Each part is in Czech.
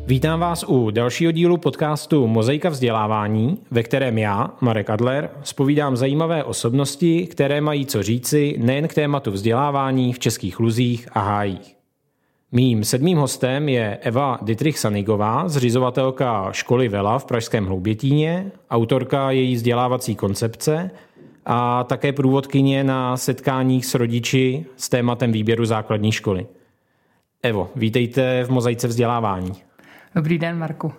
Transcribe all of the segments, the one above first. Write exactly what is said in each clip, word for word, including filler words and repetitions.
Vítám vás u dalšího dílu podcastu Mozaika vzdělávání, ve kterém já, Marek Adler, zpovídám zajímavé osobnosti, které mají co říci nejen k tématu vzdělávání v Českých Luzích a Hájích. Mým sedmým hostem je Eva Dittrich-Sanigová, zřizovatelka školy Vela v pražském Hloubětíně, autorka její vzdělávací koncepce a také průvodkyně na setkáních s rodiči s tématem výběru základní školy. Evo, vítejte v Mozaice vzdělávání. Dobrý den, Marku.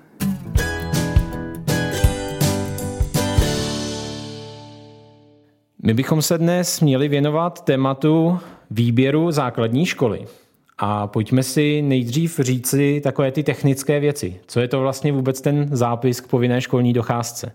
My bychom se dnes měli věnovat tématu výběru základní školy. A pojďme si nejdřív říci takové ty technické věci. Co je to vlastně vůbec ten zápis k povinné školní docházce?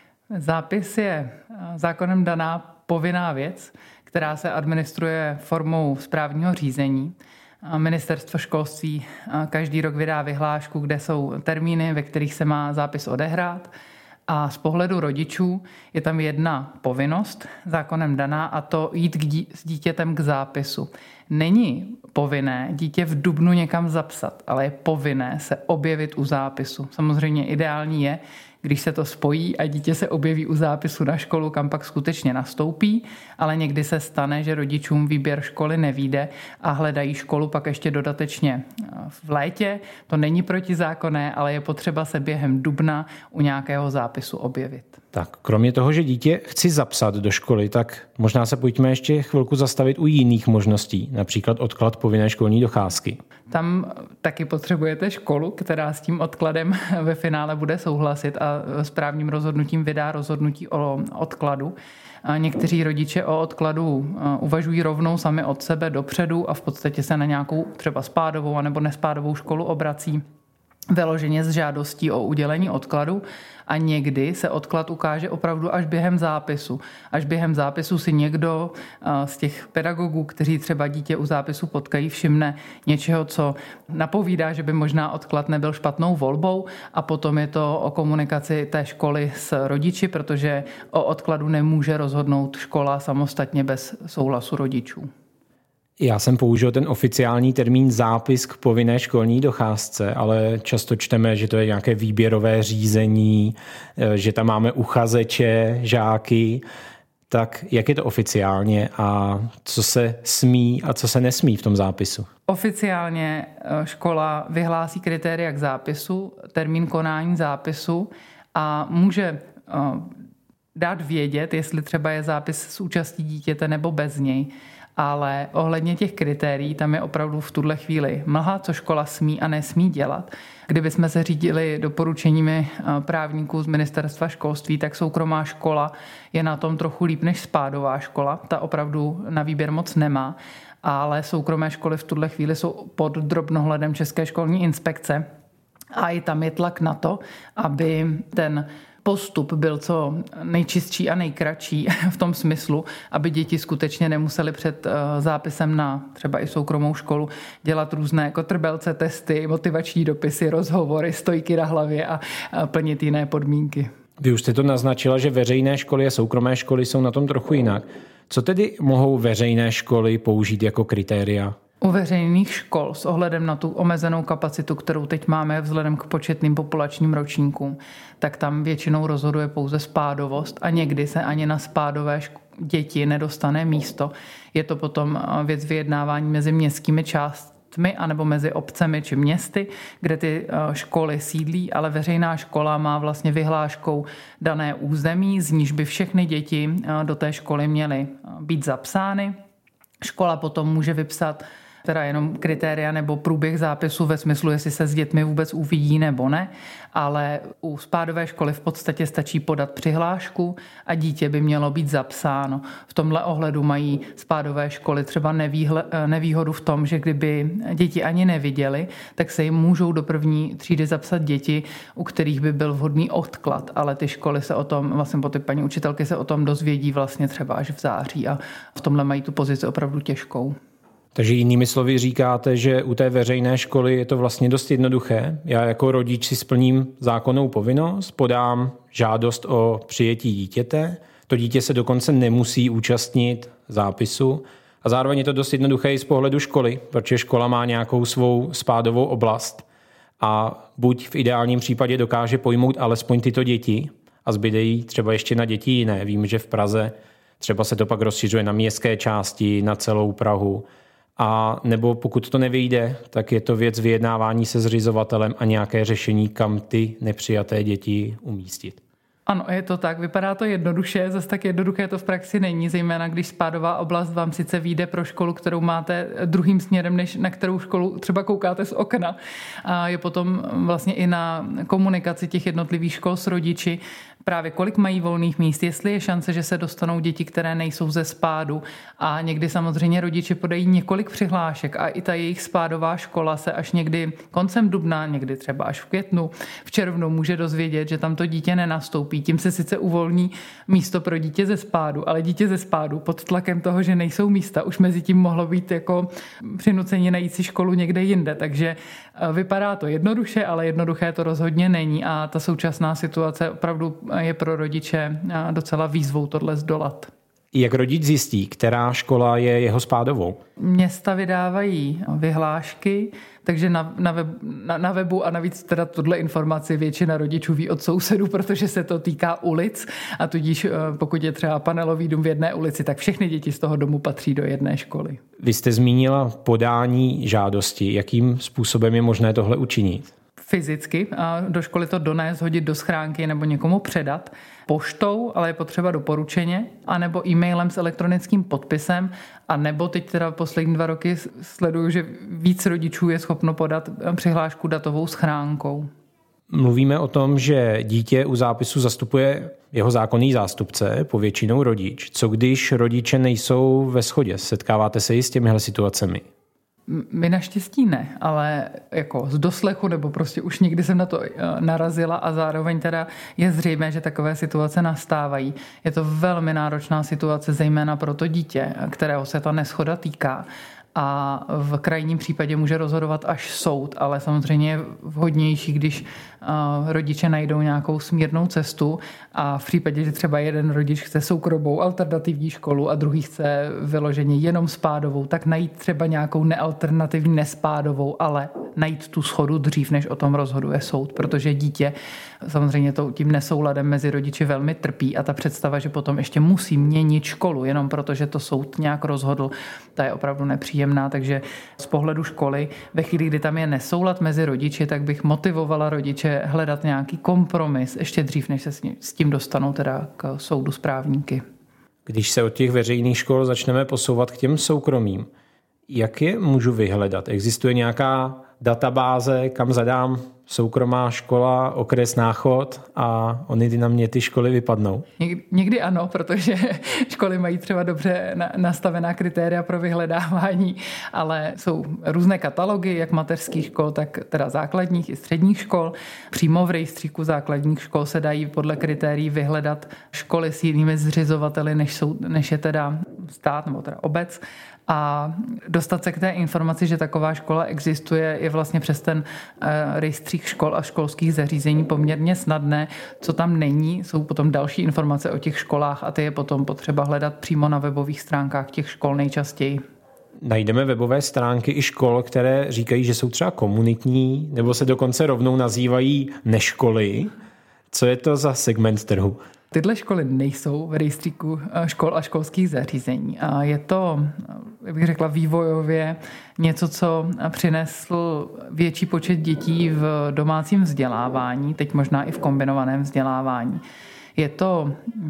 Zápis je zákonem daná povinná věc, která se administruje formou správního řízení. Ministerstvo školství každý rok vydá vyhlášku, kde jsou termíny, ve kterých se má zápis odehrát. A z pohledu rodičů je tam jedna povinnost zákonem daná, a to jít k dí- s dítětem k zápisu. Není povinné dítě v dubnu někam zapsat, ale je povinné se objevit u zápisu. Samozřejmě ideální je, když se to spojí a dítě se objeví u zápisu na školu, kam pak skutečně nastoupí, ale někdy se stane, že rodičům výběr školy nevyjde a hledají školu pak ještě dodatečně v létě. To není protizákonné, ale je potřeba se během dubna u nějakého zápisu objevit. Tak, kromě toho, že dítě chci zapsat do školy, tak možná se pojďme ještě chvilku zastavit u jiných možností, například odklad povinné školní docházky. Tam taky potřebujete školu, která s tím odkladem ve finále bude souhlasit a správním rozhodnutím vydá rozhodnutí o odkladu. Někteří rodiče o odkladu uvažují rovnou sami od sebe dopředu a v podstatě se na nějakou třeba spádovou anebo nespádovou školu obrací vyloženě s žádostí o udělení odkladu, a někdy se odklad ukáže opravdu až během zápisu. Až během zápisu si někdo z těch pedagogů, kteří třeba dítě u zápisu potkají, všimne něčeho, co napovídá, že by možná odklad nebyl špatnou volbou, a potom je to o komunikaci té školy s rodiči, protože o odkladu nemůže rozhodnout škola samostatně bez souhlasu rodičů. Já jsem použil ten oficiální termín zápis k povinné školní docházce, ale často čteme, že to je nějaké výběrové řízení, že tam máme uchazeče, žáky. Tak jak je to oficiálně a co se smí a co se nesmí v tom zápisu? Oficiálně škola vyhlásí kritéria k zápisu, termín konání zápisu a může dát vědět, jestli třeba je zápis s účastí dítěte nebo bez něj. Ale ohledně těch kritérií tam je opravdu v tuhle chvíli mlha, co škola smí a nesmí dělat. Kdybychom se řídili doporučeními právníků z Ministerstva školství, tak soukromá škola je na tom trochu líp než spádová škola. Ta opravdu na výběr moc nemá, ale soukromé školy v tuhle chvíli jsou pod drobnohledem České školní inspekce a i tam je tlak na to, aby ten postup byl co nejčistší a nejkratší v tom smyslu, aby děti skutečně nemuseli před zápisem na třeba i soukromou školu dělat různé kotrbelce, testy, motivační dopisy, rozhovory, stojky na hlavě a plnit jiné podmínky. Vy už jste to naznačila, že veřejné školy a soukromé školy jsou na tom trochu jinak. Co tedy mohou veřejné školy použít jako kritéria? U veřejných škol s ohledem na tu omezenou kapacitu, kterou teď máme vzhledem k početným populačním ročníkům, tak tam většinou rozhoduje pouze spádovost a někdy se ani na spádové děti nedostane místo. Je to potom věc vyjednávání mezi městskými částmi anebo mezi obcemi či městy, kde ty školy sídlí, ale veřejná škola má vlastně vyhláškou dané území, z níž by všechny děti do té školy měly být zapsány. Škola potom může vypsat teda jenom kritéria nebo průběh zápisu ve smyslu, jestli se s dětmi vůbec uvidí nebo ne, ale u spádové školy v podstatě stačí podat přihlášku a dítě by mělo být zapsáno. V tomhle ohledu mají spádové školy třeba nevýhle, nevýhodu v tom, že kdyby děti ani neviděli, tak se jim můžou do první třídy zapsat děti, u kterých by byl vhodný odklad, ale ty školy se o tom, vlastně po ty paní učitelky se o tom dozvědí vlastně třeba až v září a v tomhle mají tu pozici opravdu těžkou. Takže jinými slovy říkáte, že u té veřejné školy je to vlastně dost jednoduché. Já jako rodič si splním zákonnou povinnost, podám žádost o přijetí dítěte. To dítě se dokonce nemusí účastnit zápisu. A zároveň je to dost jednoduché i z pohledu školy, protože škola má nějakou svou spádovou oblast. a buď v ideálním případě dokáže pojmout alespoň tyto děti a zbyde jí třeba ještě na děti jiné. Vím, že v Praze třeba se to pak rozšiřuje na městské části, na celou Prahu. A nebo pokud to nevyjde, tak je to věc vyjednávání se zřizovatelem a nějaké řešení, kam ty nepřijaté děti umístit. Ano, je to tak. Vypadá to jednoduše, zase tak jednoduché to v praxi není, zejména když spádová oblast vám sice vyjde pro školu, kterou máte druhým směrem, než na kterou školu třeba koukáte z okna. A je potom vlastně i na komunikaci těch jednotlivých škol s rodiči, právě kolik mají volných míst, jestli je šance, že se dostanou děti, které nejsou ze spádu. A někdy samozřejmě rodiči podají několik přihlášek a i ta jejich spádová škola se až někdy koncem dubna, někdy třeba až v květnu, v červnu může dozvědět, že tam to dítě nenastoupí. Tím se sice uvolní místo pro dítě ze spádu, ale dítě ze spádu pod tlakem toho, že nejsou místa, už mezi tím mohlo být jako přinuceni najít si školu někde jinde. Takže vypadá to jednoduše, ale jednoduché to rozhodně není a ta současná situace opravdu je pro rodiče docela výzvou tohle zdolat. Jak rodič zjistí, která škola je jeho spádovou? Města vydávají vyhlášky, takže na, na, web, na, na webu a navíc teda tohle informaci většina rodičů ví od sousedů, protože se to týká ulic a tudíž pokud je třeba panelový dům v jedné ulici, tak všechny děti z toho domu patří do jedné školy. Vy jste zmínila podání žádosti. Jakým způsobem je možné tohle učinit? Fyzicky a do školy to donést, hodit do schránky nebo někomu předat. Poštou, ale je potřeba doporučeně, anebo e-mailem s elektronickým podpisem, a nebo teď teda poslední dva roky sleduju, že víc rodičů je schopno podat přihlášku datovou schránkou. Mluvíme o tom, že dítě u zápisu zastupuje jeho zákonný zástupce, povětšinou rodič. Co když rodiče nejsou ve shodě? Setkáváte se i s těmihle situacemi? My naštěstí ne, ale jako z doslechu nebo prostě už někdy jsem na to narazila a zároveň teda je zřejmé, že takové situace nastávají. Je to velmi náročná situace, zejména pro to dítě, kterého se ta neshoda týká. A v krajním případě může rozhodovat až soud, ale samozřejmě je vhodnější, když rodiče najdou nějakou smírnou cestu a v případě, že třeba jeden rodič chce soukromou alternativní školu a druhý chce vyloženě jenom spádovou, tak najít třeba nějakou nealternativní nespádovou, ale najít tu shodu dřív, než o tom rozhoduje soud, protože dítě samozřejmě to, tím nesouladem mezi rodiči velmi trpí a ta představa, že potom ještě musí měnit školu, jenom protože to soud nějak rozhodl, ta je opravdu nepříjemná, takže z pohledu školy, ve chvíli, kdy tam je nesoulad mezi rodiči, tak bych motivovala rodiče hledat nějaký kompromis ještě dřív, než se s tím dostanou teda k soudu s právníky. Když se od těch veřejných škol začneme posouvat k těm soukromým, jak je můžu vyhledat? Existuje nějaká databáze, kam zadám soukromá škola, okres Náchod a ony ty na mě ty školy vypadnou? Někdy, někdy ano, protože školy mají třeba dobře na, nastavená kritéria pro vyhledávání, ale jsou různé katalogy, jak mateřských škol, tak teda základních i středních škol. Přímo v rejstříku základních škol se dají podle kritérií vyhledat školy s jinými zřizovateli, než, jsou, než je teda stát nebo teda obec. A dostat se k té informaci, že taková škola existuje, je vlastně přes ten rejstřík škol a školských zařízení poměrně snadné. Co tam není, jsou potom další informace o těch školách a ty je potom potřeba hledat přímo na webových stránkách těch škol nejčastěji. Najdeme webové stránky i škol, které říkají, že jsou třeba komunitní, nebo se dokonce rovnou nazývají neškoly. Co je to za segment trhu? Tyhle školy nejsou v rejstříku škol a školských zařízení. A je to, jak bych řekla, vývojově něco, co přinesl větší počet dětí v domácím vzdělávání, teď možná i v kombinovaném vzdělávání. Je to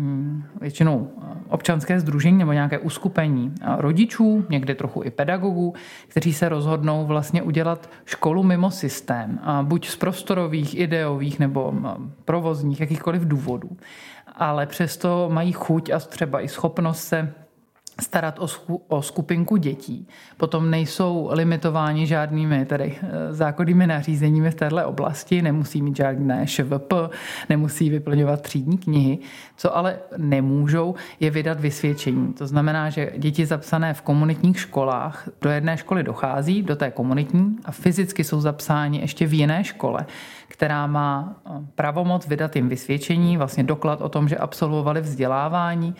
většinou občanské sdružení nebo nějaké uskupení rodičů, někdy trochu i pedagogů, kteří se rozhodnou vlastně udělat školu mimo systém, buď z prostorových, ideových nebo provozních, jakýchkoliv důvodů. Ale přesto mají chuť a třeba i schopnost se starat o, sku, o skupinku dětí. Potom nejsou limitováni žádnými tedy zákonnými nařízeními v této oblasti, nemusí mít žádné š v p, nemusí vyplňovat třídní knihy. Co ale nemůžou, je vydat vysvědčení. To znamená, že děti zapsané v komunitních školách do jedné školy dochází, do té komunitní, a fyzicky jsou zapsáni ještě v jiné škole, která má pravomoc vydat jim vysvědčení, vlastně doklad o tom, že absolvovali vzdělávání,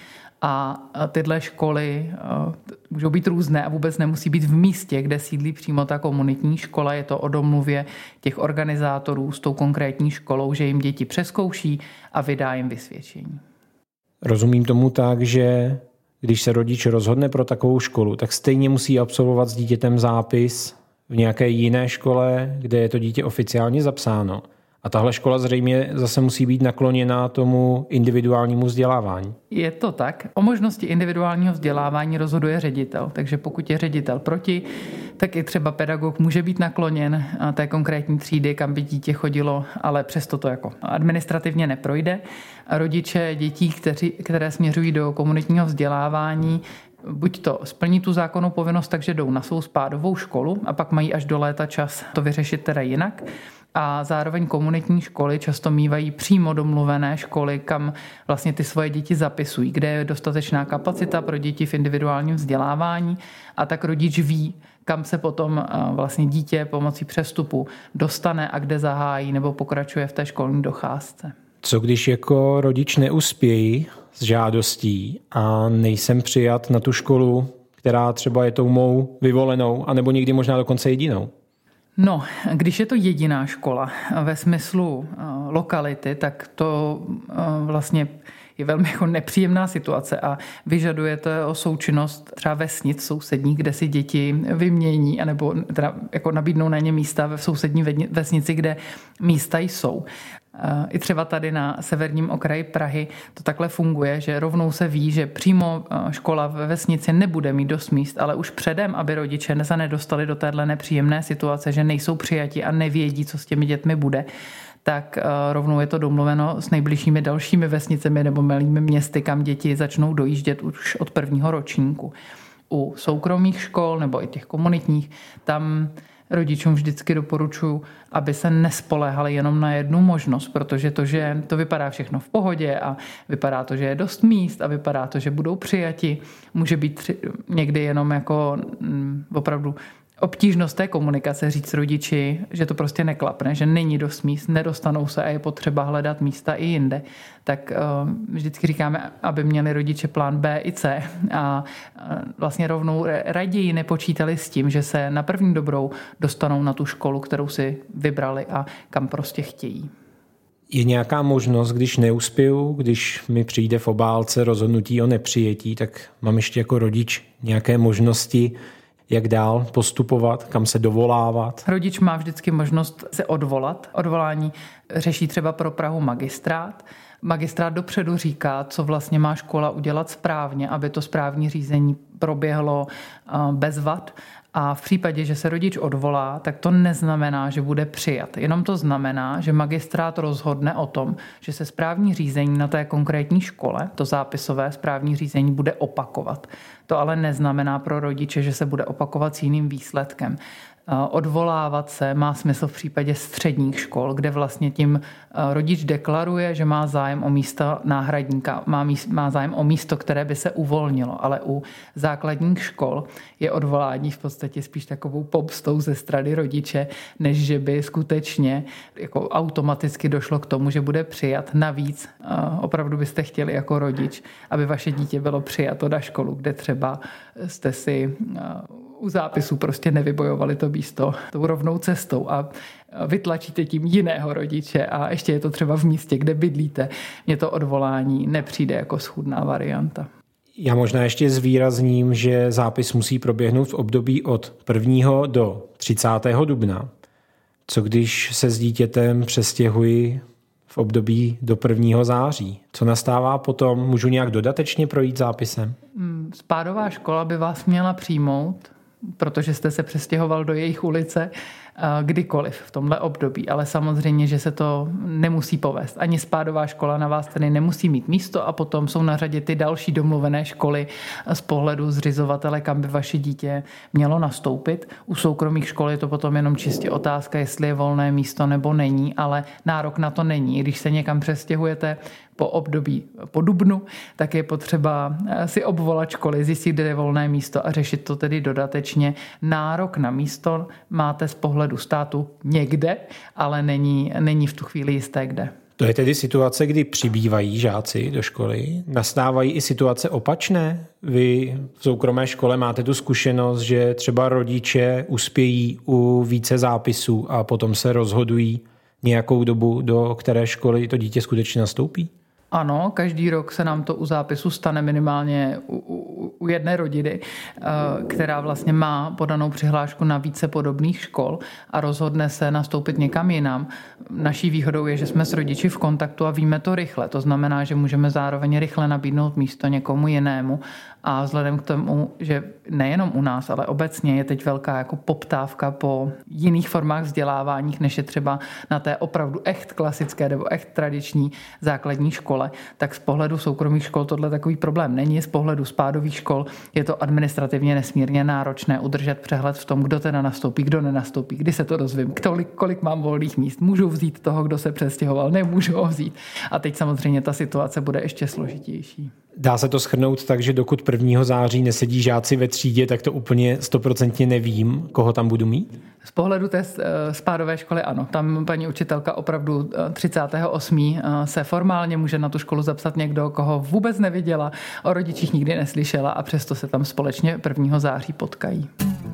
A tyhle školy můžou být různé a vůbec nemusí být v místě, kde sídlí přímo ta komunitní škola. Je to o domluvě těch organizátorů s tou konkrétní školou, že jim děti přezkouší a vydá jim vysvědčení. Rozumím tomu tak, že když se rodič rozhodne pro takovou školu, tak stejně musí absolvovat s dítětem zápis v nějaké jiné škole, kde je to dítě oficiálně zapsáno. A tahle škola zřejmě zase musí být nakloněná tomu individuálnímu vzdělávání. Je to tak. O možnosti individuálního vzdělávání rozhoduje ředitel. Takže pokud je ředitel proti, tak i třeba pedagog může být nakloněn té konkrétní třídy, kam by dítě chodilo, ale přesto to jako administrativně neprojde. A rodiče dětí, kteří, které směřují do komunitního vzdělávání, buď to splní tu zákonnou povinnost, takže jdou na svou spádovou školu a pak mají až do léta čas to vyřešit teda jinak. A zároveň komunitní školy často mívají přímo domluvené školy, kam vlastně ty svoje děti zapisují, kde je dostatečná kapacita pro děti v individuálním vzdělávání a tak rodič ví, kam se potom vlastně dítě pomocí přestupu dostane a kde zahájí nebo pokračuje v té školní docházce. Co když jako rodič neuspějí s žádostí a nejsem přijat na tu školu, která třeba je tou mou vyvolenou, anebo někdy možná dokonce jedinou? No, když je to jediná škola ve smyslu lokality, tak to vlastně je velmi jako nepříjemná situace a vyžaduje to o součinnost třeba vesnic sousedních, kde si děti vymění, anebo teda jako nabídnou na ně místa v sousední vesnici, kde místa jsou. I třeba tady na severním okraji Prahy to takhle funguje, že rovnou se ví, že přímo škola ve vesnici nebude mít dost míst, ale už předem, aby rodiče se nedostali do téhle nepříjemné situace, že nejsou přijati a nevědí, co s těmi dětmi bude, tak rovnou je to domluveno s nejbližšími dalšími vesnicemi nebo malými městy, kam děti začnou dojíždět už od prvního ročníku. U soukromých škol nebo i těch komunitních, tam rodičům vždycky doporučuji, aby se nespoléhali jenom na jednu možnost, protože to, že to vypadá všechno v pohodě a vypadá to, že je dost míst a vypadá to, že budou přijati, může být někdy jenom jako mm, opravdu obtížnost té komunikace říct rodiči, že to prostě neklapne, že není dost míst, nedostanou se a je potřeba hledat místa i jinde. Tak uh, vždycky říkáme, aby měli rodiče plán B i C a uh, vlastně rovnou raději nepočítali s tím, že se na první dobrou dostanou na tu školu, kterou si vybrali a kam prostě chtějí. Je nějaká možnost, když neuspěju, když mi přijde v obálce rozhodnutí o nepřijetí, tak mám ještě jako rodič nějaké možnosti, jak dál postupovat, kam se dovolávat? Rodič má vždycky možnost se odvolat. Odvolání řeší třeba pro Prahu magistrát. Magistrát dopředu říká, co vlastně má škola udělat správně, aby to správní řízení proběhlo bez vad. A v případě, že se rodič odvolá, tak to neznamená, že bude přijat. Jenom to znamená, že magistrát rozhodne o tom, že se správní řízení na té konkrétní škole, to zápisové správní řízení, bude opakovat. To ale neznamená pro rodiče, že se bude opakovat s jiným výsledkem. Odvolávat se má smysl v případě středních škol, kde vlastně tím rodič deklaruje, že má zájem o místo náhradníka, má, míst, má zájem o místo, které by se uvolnilo, ale u základních škol je odvolání v podstatě spíš takovou pomstou ze strany rodiče, než že by skutečně jako automaticky došlo k tomu, že bude přijat. Navíc opravdu byste chtěli jako rodič, aby vaše dítě bylo přijato na školu, kde třeba jste si u zápisu prostě nevybojovali to místo tou rovnou cestou a vytlačíte tím jiného rodiče a ještě je to třeba v místě, kde bydlíte. Mně to odvolání nepřijde jako schůdná varianta. Já možná ještě zvýrazním, že zápis musí proběhnout v období od prvního do třicátého dubna. Co když se s dítětem přestěhuji v období do prvního září? Co nastává potom? Můžu nějak dodatečně projít zápisem? Spádová škola by vás měla přijmout, protože jste se přestěhoval do jejich ulice kdykoliv v tomhle období, ale samozřejmě, že se to nemusí povést. Ani spádová škola na vás tedy nemusí mít místo a potom jsou na řadě ty další domluvené školy z pohledu zřizovatele, kam by vaše dítě mělo nastoupit. U soukromých škol je to potom jenom čistě otázka, jestli je volné místo nebo není, ale nárok na to není. Když se někam přestěhujete po období po dubnu, tak je potřeba si obvolat školy, zjistit, kde je volné místo a řešit to tedy dodatečně. Nárok na místo máte z pohledu státu někde, ale není, není v tu chvíli jisté kde. To je tedy situace, kdy přibývají žáci do školy. Nastávají i situace opačné? Vy v soukromé škole máte tu zkušenost, že třeba rodiče uspějí u více zápisů a potom se rozhodují nějakou dobu, do které školy to dítě skutečně nastoupí? Ano, každý rok se nám to u zápisu stane minimálně u, u, u jedné rodiny, která vlastně má podanou přihlášku na více podobných škol a rozhodne se nastoupit někam jinam. Naší výhodou je, že jsme s rodiči v kontaktu a víme to rychle. To znamená, že můžeme zároveň rychle nabídnout místo někomu jinému. A vzhledem k tomu, že nejenom u nás, ale obecně je teď velká jako poptávka po jiných formách vzdělávání, než je třeba na té opravdu echt klasické nebo echt tradiční základní škole, tak z pohledu soukromých škol tohle takový problém není. Z pohledu spádových škol je to administrativně nesmírně náročné udržet přehled v tom, kdo teda nastoupí, kdo nenastoupí, kdy se to dozvím, kolik, kolik mám volných míst, můžu vzít toho, kdo se přestěhoval, nemůžu ho vzít. A teď samozřejmě ta situace bude ještě složitější. Dá se to shrnout tak, že dokud prvního září nesedí žáci ve třídě, tak to úplně stoprocentně nevím, koho tam budu mít? Z pohledu té spádové školy ano. Tam paní učitelka opravdu třicátého osmého se formálně může na tu školu zapsat někdo, koho vůbec neviděla, o rodičích nikdy neslyšela a přesto se tam společně prvního září potkají.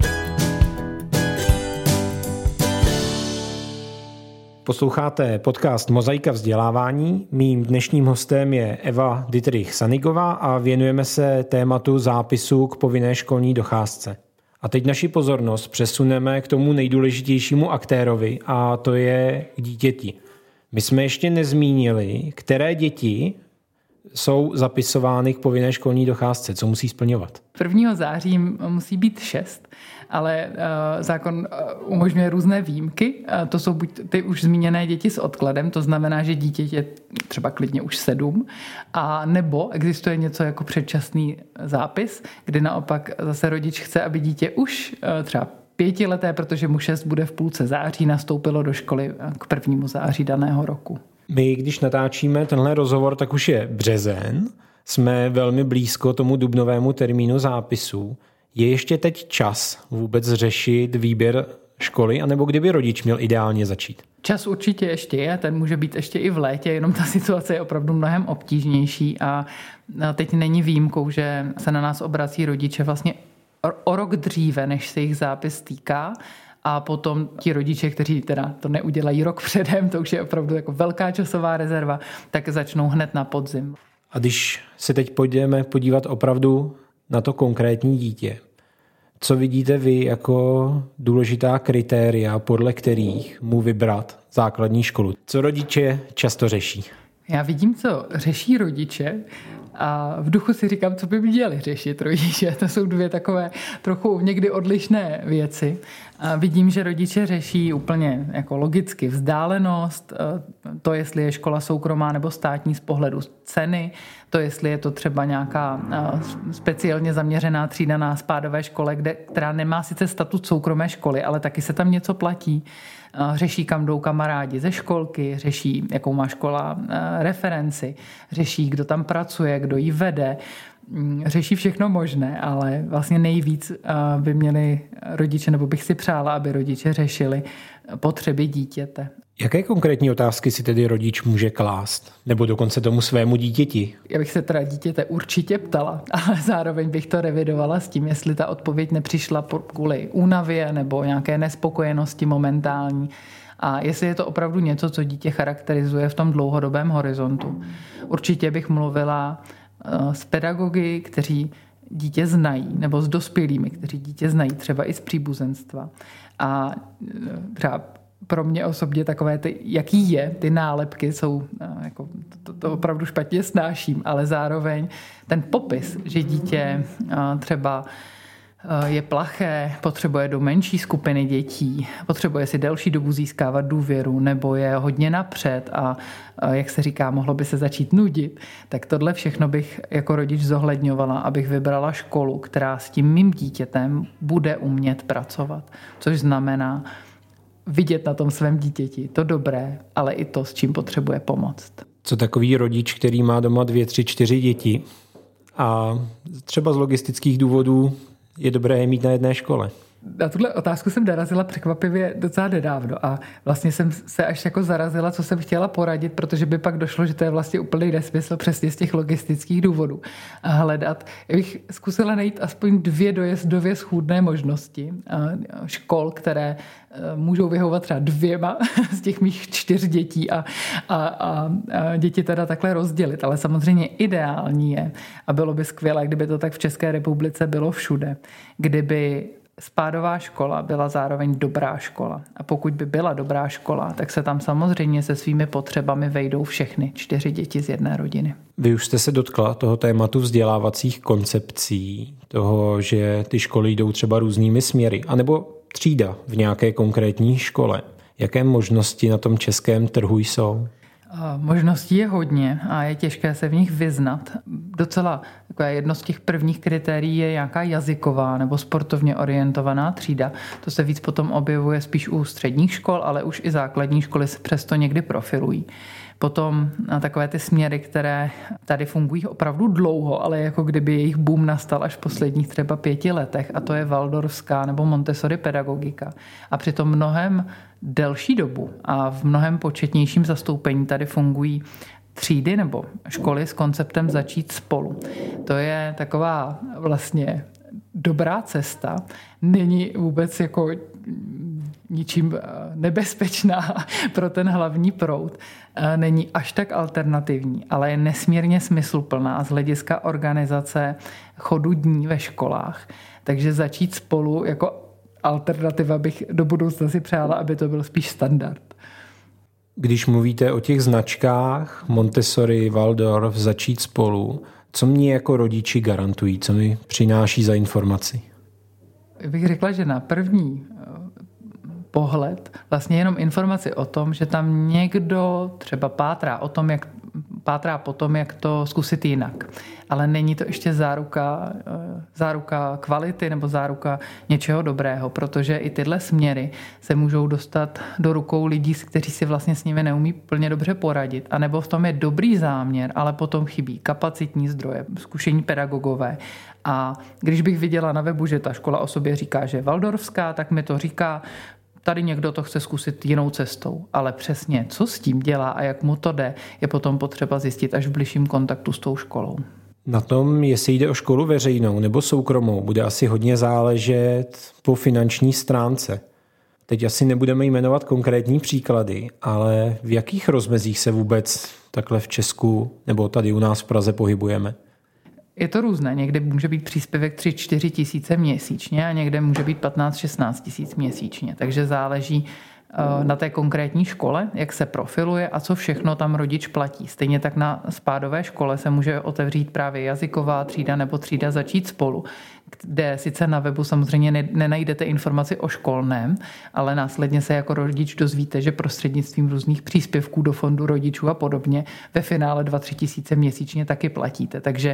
Posloucháte podcast Mozaika vzdělávání. Mým dnešním hostem je Eva Dittrich-Sanigová a věnujeme se tématu zápisu k povinné školní docházce. A teď naši pozornost přesuneme k tomu nejdůležitějšímu aktérovi a to je k dítěti. My jsme ještě nezmínili, které děti jsou zapisovány k povinné školní docházce, co musí splňovat. prvního září musí být šest, ale uh, zákon uh, umožňuje různé výjimky. Uh, to jsou buď ty už zmíněné děti s odkladem, to znamená, že dítě je třeba klidně už sedm, a nebo existuje něco jako předčasný zápis, kdy naopak zase rodič chce, aby dítě už uh, třeba pětileté, protože mu šest bude v půlce září, nastoupilo do školy k prvnímu září daného roku. My, když natáčíme tenhle rozhovor, tak už je březen. Jsme velmi blízko tomu dubnovému termínu zápisu. Je ještě teď čas vůbec řešit výběr školy, anebo kdyby rodič měl ideálně začít? Čas určitě ještě je, ten může být ještě i v létě, jenom ta situace je opravdu mnohem obtížnější a teď není výjimkou, že se na nás obrací rodiče vlastně o rok dříve, než se jich zápis týká. A potom ti rodiče, kteří teda to neudělají rok předem, to už je opravdu jako velká časová rezerva, tak začnou hned na podzim. A když se teď půjdeme podívat opravdu na to konkrétní dítě, co vidíte vy jako důležitá kritéria, podle kterých mu vybrat základní školu? Co rodiče často řeší? Já vidím, co řeší rodiče, a v duchu si říkám, co by měli řešit rodiče. To jsou dvě takové trochu někdy odlišné věci. A vidím, že rodiče řeší úplně jako logicky vzdálenost, to, jestli je škola soukromá nebo státní z pohledu ceny, to, jestli je to třeba nějaká speciálně zaměřená třída na spádové škole, kde, která nemá sice statut soukromé školy, ale taky se tam něco platí. Řeší, kam jdou kamarádi ze školky, řeší, jakou má škola referenci, řeší, kdo tam pracuje, kdo ji vede, řeší všechno možné, ale vlastně nejvíc by měli rodiče, nebo bych si přála, aby rodiče řešili potřeby dítěte. Jaké konkrétní otázky si tedy rodič může klást? Nebo dokonce tomu svému dítěti? Já bych se teda dítěte určitě ptala, ale zároveň bych to revidovala s tím, jestli ta odpověď nepřišla kvůli únavě nebo nějaké nespokojenosti momentální. A jestli je to opravdu něco, co dítě charakterizuje v tom dlouhodobém horizontu. Určitě bych mluvila s pedagogy, kteří dítě znají, nebo s dospělými, kteří dítě znají, třeba i z příbuzenstva. A třeba pro mě osobně takové, ty, jaký je, ty nálepky jsou, jako, to, to opravdu špatně snáším, ale zároveň ten popis, že dítě třeba je plaché, potřebuje do menší skupiny dětí, potřebuje si delší dobu získávat důvěru, nebo je hodně napřed a, jak se říká, mohlo by se začít nudit, tak tohle všechno bych jako rodič zohledňovala, abych vybrala školu, která s tím mým dítětem bude umět pracovat. Což znamená vidět na tom svém dítěti to dobré, ale i to, s čím potřebuje pomoct. Co takový rodič, který má doma dvě, tři, čtyři děti a třeba z logistických důvodů je dobré je mít na jedné škole? Na tuhle otázku jsem narazila překvapivě docela nedávno a vlastně jsem se až jako zarazila, co jsem chtěla poradit, protože by pak došlo, že to je vlastně úplný nesmysl přesně z těch logistických důvodů. A hledat, já bych zkusila najít aspoň dvě dojezdově schůdné možnosti škol, které můžou vyhovovat třeba dvěma z těch mých čtyř dětí a, a, a, a děti teda takhle rozdělit. Ale samozřejmě ideální je, a bylo by skvělé, kdyby to tak v České republice bylo všude, kdyby spádová škola byla zároveň dobrá škola. A pokud by byla dobrá škola, tak se tam samozřejmě se svými potřebami vejdou všechny čtyři děti z jedné rodiny. Vy už jste se dotkla toho tématu vzdělávacích koncepcí, toho, že ty školy jdou třeba různými směry, anebo třída v nějaké konkrétní škole. Jaké možnosti na tom českém trhu jsou? Možností je hodně a je těžké se v nich vyznat. Docela jako jedno z těch prvních kritérií je nějaká jazyková nebo sportovně orientovaná třída. To se víc potom objevuje spíš u středních škol, ale už i základní školy se přesto někdy profilují. Potom takové ty směry, které tady fungují opravdu dlouho, ale jako kdyby jejich boom nastal až v posledních třeba pěti letech, a to je waldorfská nebo Montessori pedagogika. A přitom mnohem delší dobu a v mnohem početnějším zastoupení tady fungují třídy nebo školy s konceptem začít spolu. To je taková vlastně dobrá cesta. Není vůbec jako ničím nebezpečná pro ten hlavní proud. Není až tak alternativní, ale je nesmírně smysluplná z hlediska organizace chodu dní ve školách. Takže začít spolu jako alternativa bych do budoucna si přála, aby to byl spíš standard. Když mluvíte o těch značkách Montessori, Waldorf, začít spolu, co mě jako rodiči garantují, co mi přináší za informaci? Bych řekla, že na první pohled vlastně jenom informaci o tom, že tam někdo třeba pátrá o tom, jak pátrá po tom, jak to zkusit jinak. Ale není to ještě záruka, záruka kvality nebo záruka něčeho dobrého, protože i tyhle směry se můžou dostat do rukou lidí, kteří si vlastně s nimi neumí plně dobře poradit. A nebo v tom je dobrý záměr, ale potom chybí kapacitní zdroje, zkušení pedagogové. A když bych viděla na webu, že ta škola o sobě říká, že je waldorfská, tak mi to říká, tady někdo to chce zkusit jinou cestou, ale přesně co s tím dělá a jak mu to jde, je potom potřeba zjistit až v bližším kontaktu s tou školou. Na tom, jestli jde o školu veřejnou nebo soukromou, bude asi hodně záležet po finanční stránce. Teď asi nebudeme jmenovat konkrétní příklady, ale v jakých rozmezích se vůbec takhle v Česku nebo tady u nás v Praze pohybujeme? Je to různé. Někde může být příspěvek tři čtyři tisíce měsíčně a někde může být patnáct šestnáct tisíc měsíčně. Takže záleží na té konkrétní škole, jak se profiluje a co všechno tam rodič platí. Stejně tak na spádové škole se může otevřít právě jazyková třída nebo třída začít spolu, kde sice na webu samozřejmě nenajdete informaci o školném, ale následně se jako rodič dozvíte, že prostřednictvím různých příspěvků do fondu rodičů a podobně ve finále dva tři tisíce měsíčně taky platíte. Takže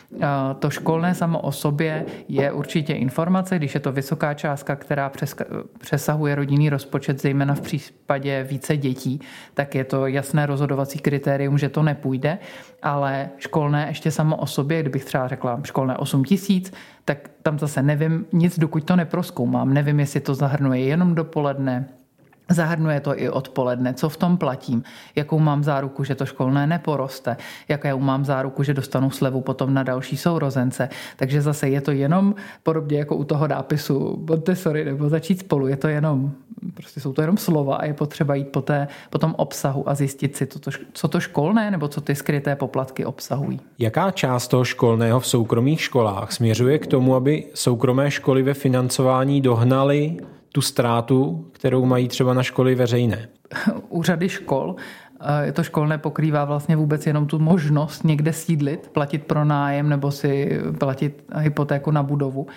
to školné samo o sobě je určitě informace, když je to vysoká částka, která přesahuje rodinný rozpočet, zejména v případě více dětí, tak je to jasné rozhodovací kritérium, že to nepůjde, ale školné ještě samo o sobě, kdybych třeba řekla školné osm tisíc, tak tam zase nevím nic, dokud to neprozkoumám. Nevím, jestli to zahrnuje jenom dopoledne, zahrnuje to i odpoledne, co v tom platím, jakou mám záruku, že to školné neporoste, jakou mám záruku, že dostanu slevu potom na další sourozence. Takže zase je to jenom podobně jako u toho nápisu Montessori nebo začít spolu, je to jenom, prostě jsou to jenom slova a je potřeba jít po, té, po tom obsahu a zjistit si, to, co to školné nebo co ty skryté poplatky obsahují. Jaká část toho školného v soukromých školách směřuje k tomu, aby soukromé školy ve financování dohnaly tu ztrátu, kterou mají třeba na školy veřejné? Úřady škol, to školné pokrývá vlastně vůbec jenom tu možnost někde sídlit, platit pronájem nebo si platit hypotéku na budovu.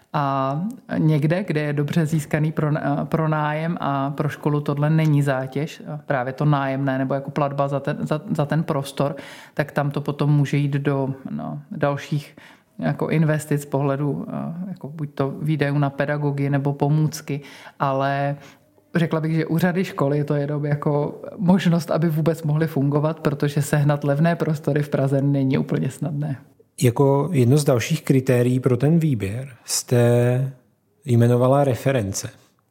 A někde, kde je dobře získaný pronájem a pro školu tohle není zátěž, právě to nájemné nebo jako platba za ten, za, za ten prostor, tak tam to potom může jít do no, dalších jako investic z pohledu jako buď to výdajů na pedagogy nebo pomůcky, ale řekla bych, že úřady školy je to jenom jako možnost, aby vůbec mohly fungovat, protože sehnat levné prostory v Praze není úplně snadné. Jako jedno z dalších kritérií pro ten výběr jste Jmenovala reference.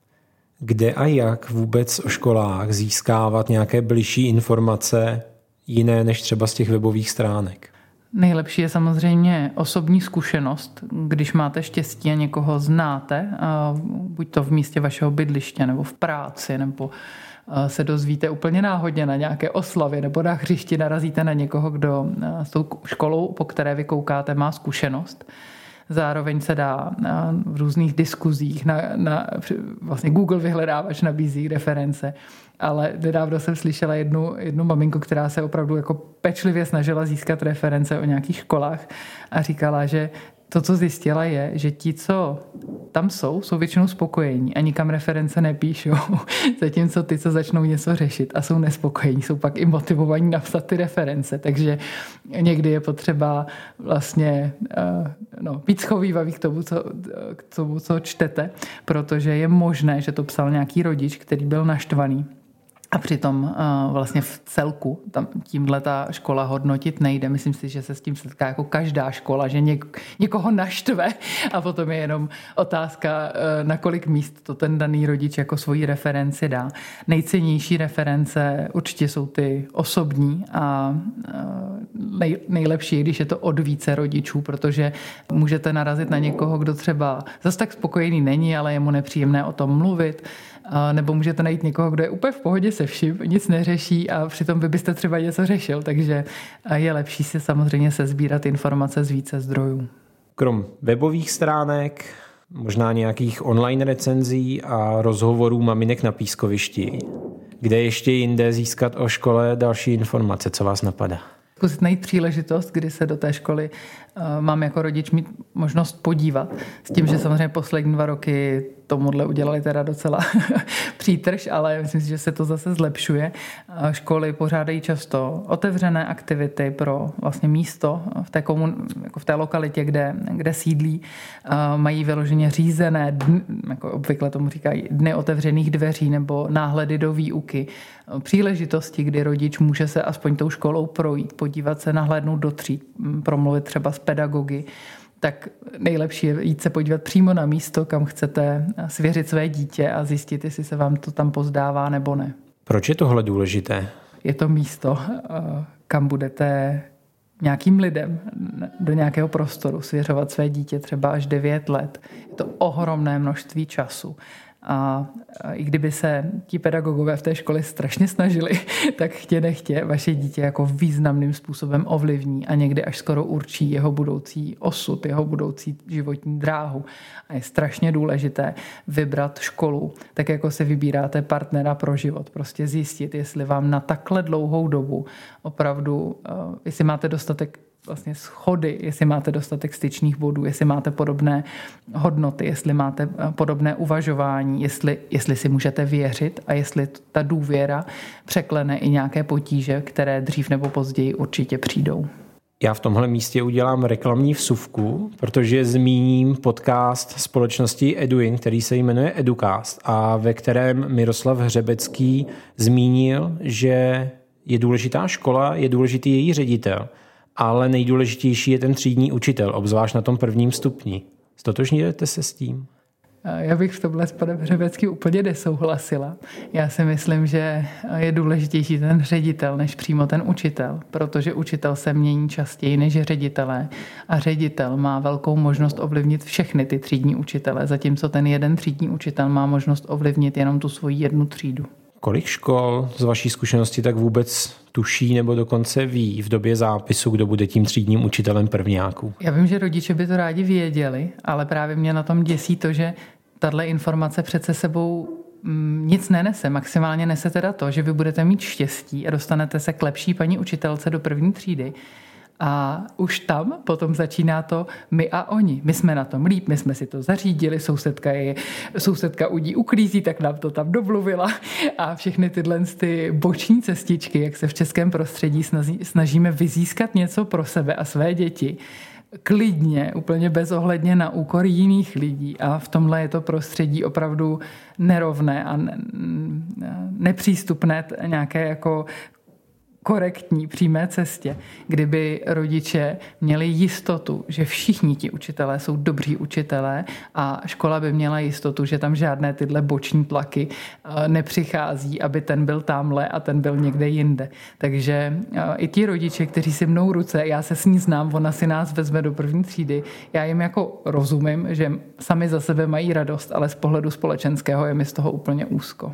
Kde a jak vůbec o školách získávat nějaké bližší informace jiné než třeba z těch webových stránek? Nejlepší je samozřejmě osobní zkušenost, když máte štěstí a někoho znáte, buď to v místě vašeho bydliště, nebo v práci, nebo se dozvíte úplně náhodně na nějaké oslavě, nebo na hřišti narazíte na někoho, kdo s tou školou, po které vy koukáte, má zkušenost. Zároveň se dá v různých diskuzích, na, na, vlastně Google vyhledávač nabízí reference, ale nedávno jsem slyšela jednu, jednu maminku, která se opravdu jako pečlivě snažila získat reference o nějakých školách a říkala, že to, co zjistila, je, že ti, co tam jsou, jsou většinou spokojení a nikam reference nepíšou. Zatímco ty, co začnou něco řešit a jsou nespokojení, jsou pak i motivovaní napsat ty reference. Takže někdy je potřeba vlastně no, být schovívavý k tomu, co, k tomu, co čtete, protože je možné, že to psal nějaký rodič, který byl naštvaný. A přitom uh, vlastně v celku tam tímhle ta škola hodnotit nejde. Myslím si, že se s tím setká jako každá škola, že něk- někoho naštve a potom je jenom otázka, uh, na kolik míst to ten daný rodič jako svoji referenci dá. Nejcennější reference určitě jsou ty osobní a uh, nej- nejlepší je, když je to od více rodičů, protože můžete narazit na někoho, kdo třeba zase tak spokojený není, ale je mu nepříjemné o tom mluvit, uh, nebo můžete najít někoho, kdo je úplně v pohodě se vším, nic neřeší a přitom vy byste třeba něco řešil, takže je lepší si samozřejmě sesbírat informace z více zdrojů. Krom webových stránek, možná nějakých online recenzí a rozhovorů maminek na pískovišti, kde ještě jinde získat o škole další informace, co vás napadá? Zkusit najít příležitost, kdy se do té školy uh, mám jako rodič mít možnost podívat. S tím, že samozřejmě poslední dva roky tomuhle udělali teda docela přítrž, ale myslím si, že se to zase zlepšuje. Školy pořádají často otevřené aktivity pro vlastně místo v té, komun, jako v té lokalitě, kde, kde sídlí. Mají vyloženě řízené, dny, jako obvykle tomu říkají, dny otevřených dveří nebo náhledy do výuky. Příležitosti, kdy rodič může se aspoň tou školou projít, podívat se, nahlédnout do tříd, promluvit třeba s pedagogy. Tak nejlepší je jít se podívat přímo na místo, kam chcete svěřit své dítě a zjistit, jestli se vám to tam pozdává nebo ne. Proč je tohle důležité? Je to místo, kam budete nějakým lidem do nějakého prostoru svěřovat své dítě třeba až devět let. Je to ohromné množství času. A i kdyby se ti pedagogové v té škole strašně snažili, tak chtě nechtě vaše dítě jako významným způsobem ovlivní a někdy až skoro určí jeho budoucí osud, jeho budoucí životní dráhu. A je strašně důležité vybrat školu, tak jako se vybíráte partnera pro život. Prostě zjistit, jestli vám na takhle dlouhou dobu opravdu, jestli máte dostatek vlastně schody, jestli máte dostatek styčných bodů, jestli máte podobné hodnoty, jestli máte podobné uvažování, jestli, jestli si můžete věřit a jestli ta důvěra překlene i nějaké potíže, které dřív nebo později určitě přijdou. Já v tomhle místě udělám reklamní vsuvku, protože zmíním podcast společnosti Eduin, který se jmenuje Educast a ve kterém Miroslav Hřebecký zmínil, že je důležitá škola, je důležitý její ředitel, ale nejdůležitější je ten třídní učitel, obzvlášť na tom prvním stupni. Stotožňujete se s tím? Já bych v tomhle s panem Hřebeckým úplně nesouhlasila. Já si myslím, že je důležitější ten ředitel než přímo ten učitel, protože učitel se mění častěji než ředitelé a ředitel má velkou možnost ovlivnit všechny ty třídní učitele, zatímco ten jeden třídní učitel má možnost ovlivnit jenom tu svoji jednu třídu. Kolik škol z vaší zkušenosti tak vůbec tuší nebo dokonce ví v době zápisu, kdo bude tím třídním učitelem prvňáků? Já vím, že rodiče by to rádi věděli, ale právě mě na tom děsí to, že tahle informace přece sebou nic nenese. Maximálně nese teda to, že vy budete mít štěstí a dostanete se k lepší paní učitelce do první třídy. A už tam potom začíná to my a oni. My jsme na tom líp, my jsme si to zařídili, sousedka, je, sousedka udí uklízí, tak nám to tam domluvila a všechny tyhle ty boční cestičky, jak se v českém prostředí snažíme vyzískat něco pro sebe a své děti, klidně, úplně bezohledně na úkor jiných lidí a v tomhle je to prostředí opravdu nerovné a nepřístupné nějaké jako korektní, přímé cestě, kdyby rodiče měli jistotu, že všichni ti učitelé jsou dobří učitelé a škola by měla jistotu, že tam žádné tyhle boční tlaky nepřichází, aby ten byl tamhle a ten byl někde jinde. Takže i ti rodiče, kteří si mnou ruce, já se s ní znám, ona si nás vezme do první třídy, já jim jako rozumím, že sami za sebe mají radost, ale z pohledu společenského je mi z toho úplně úzko.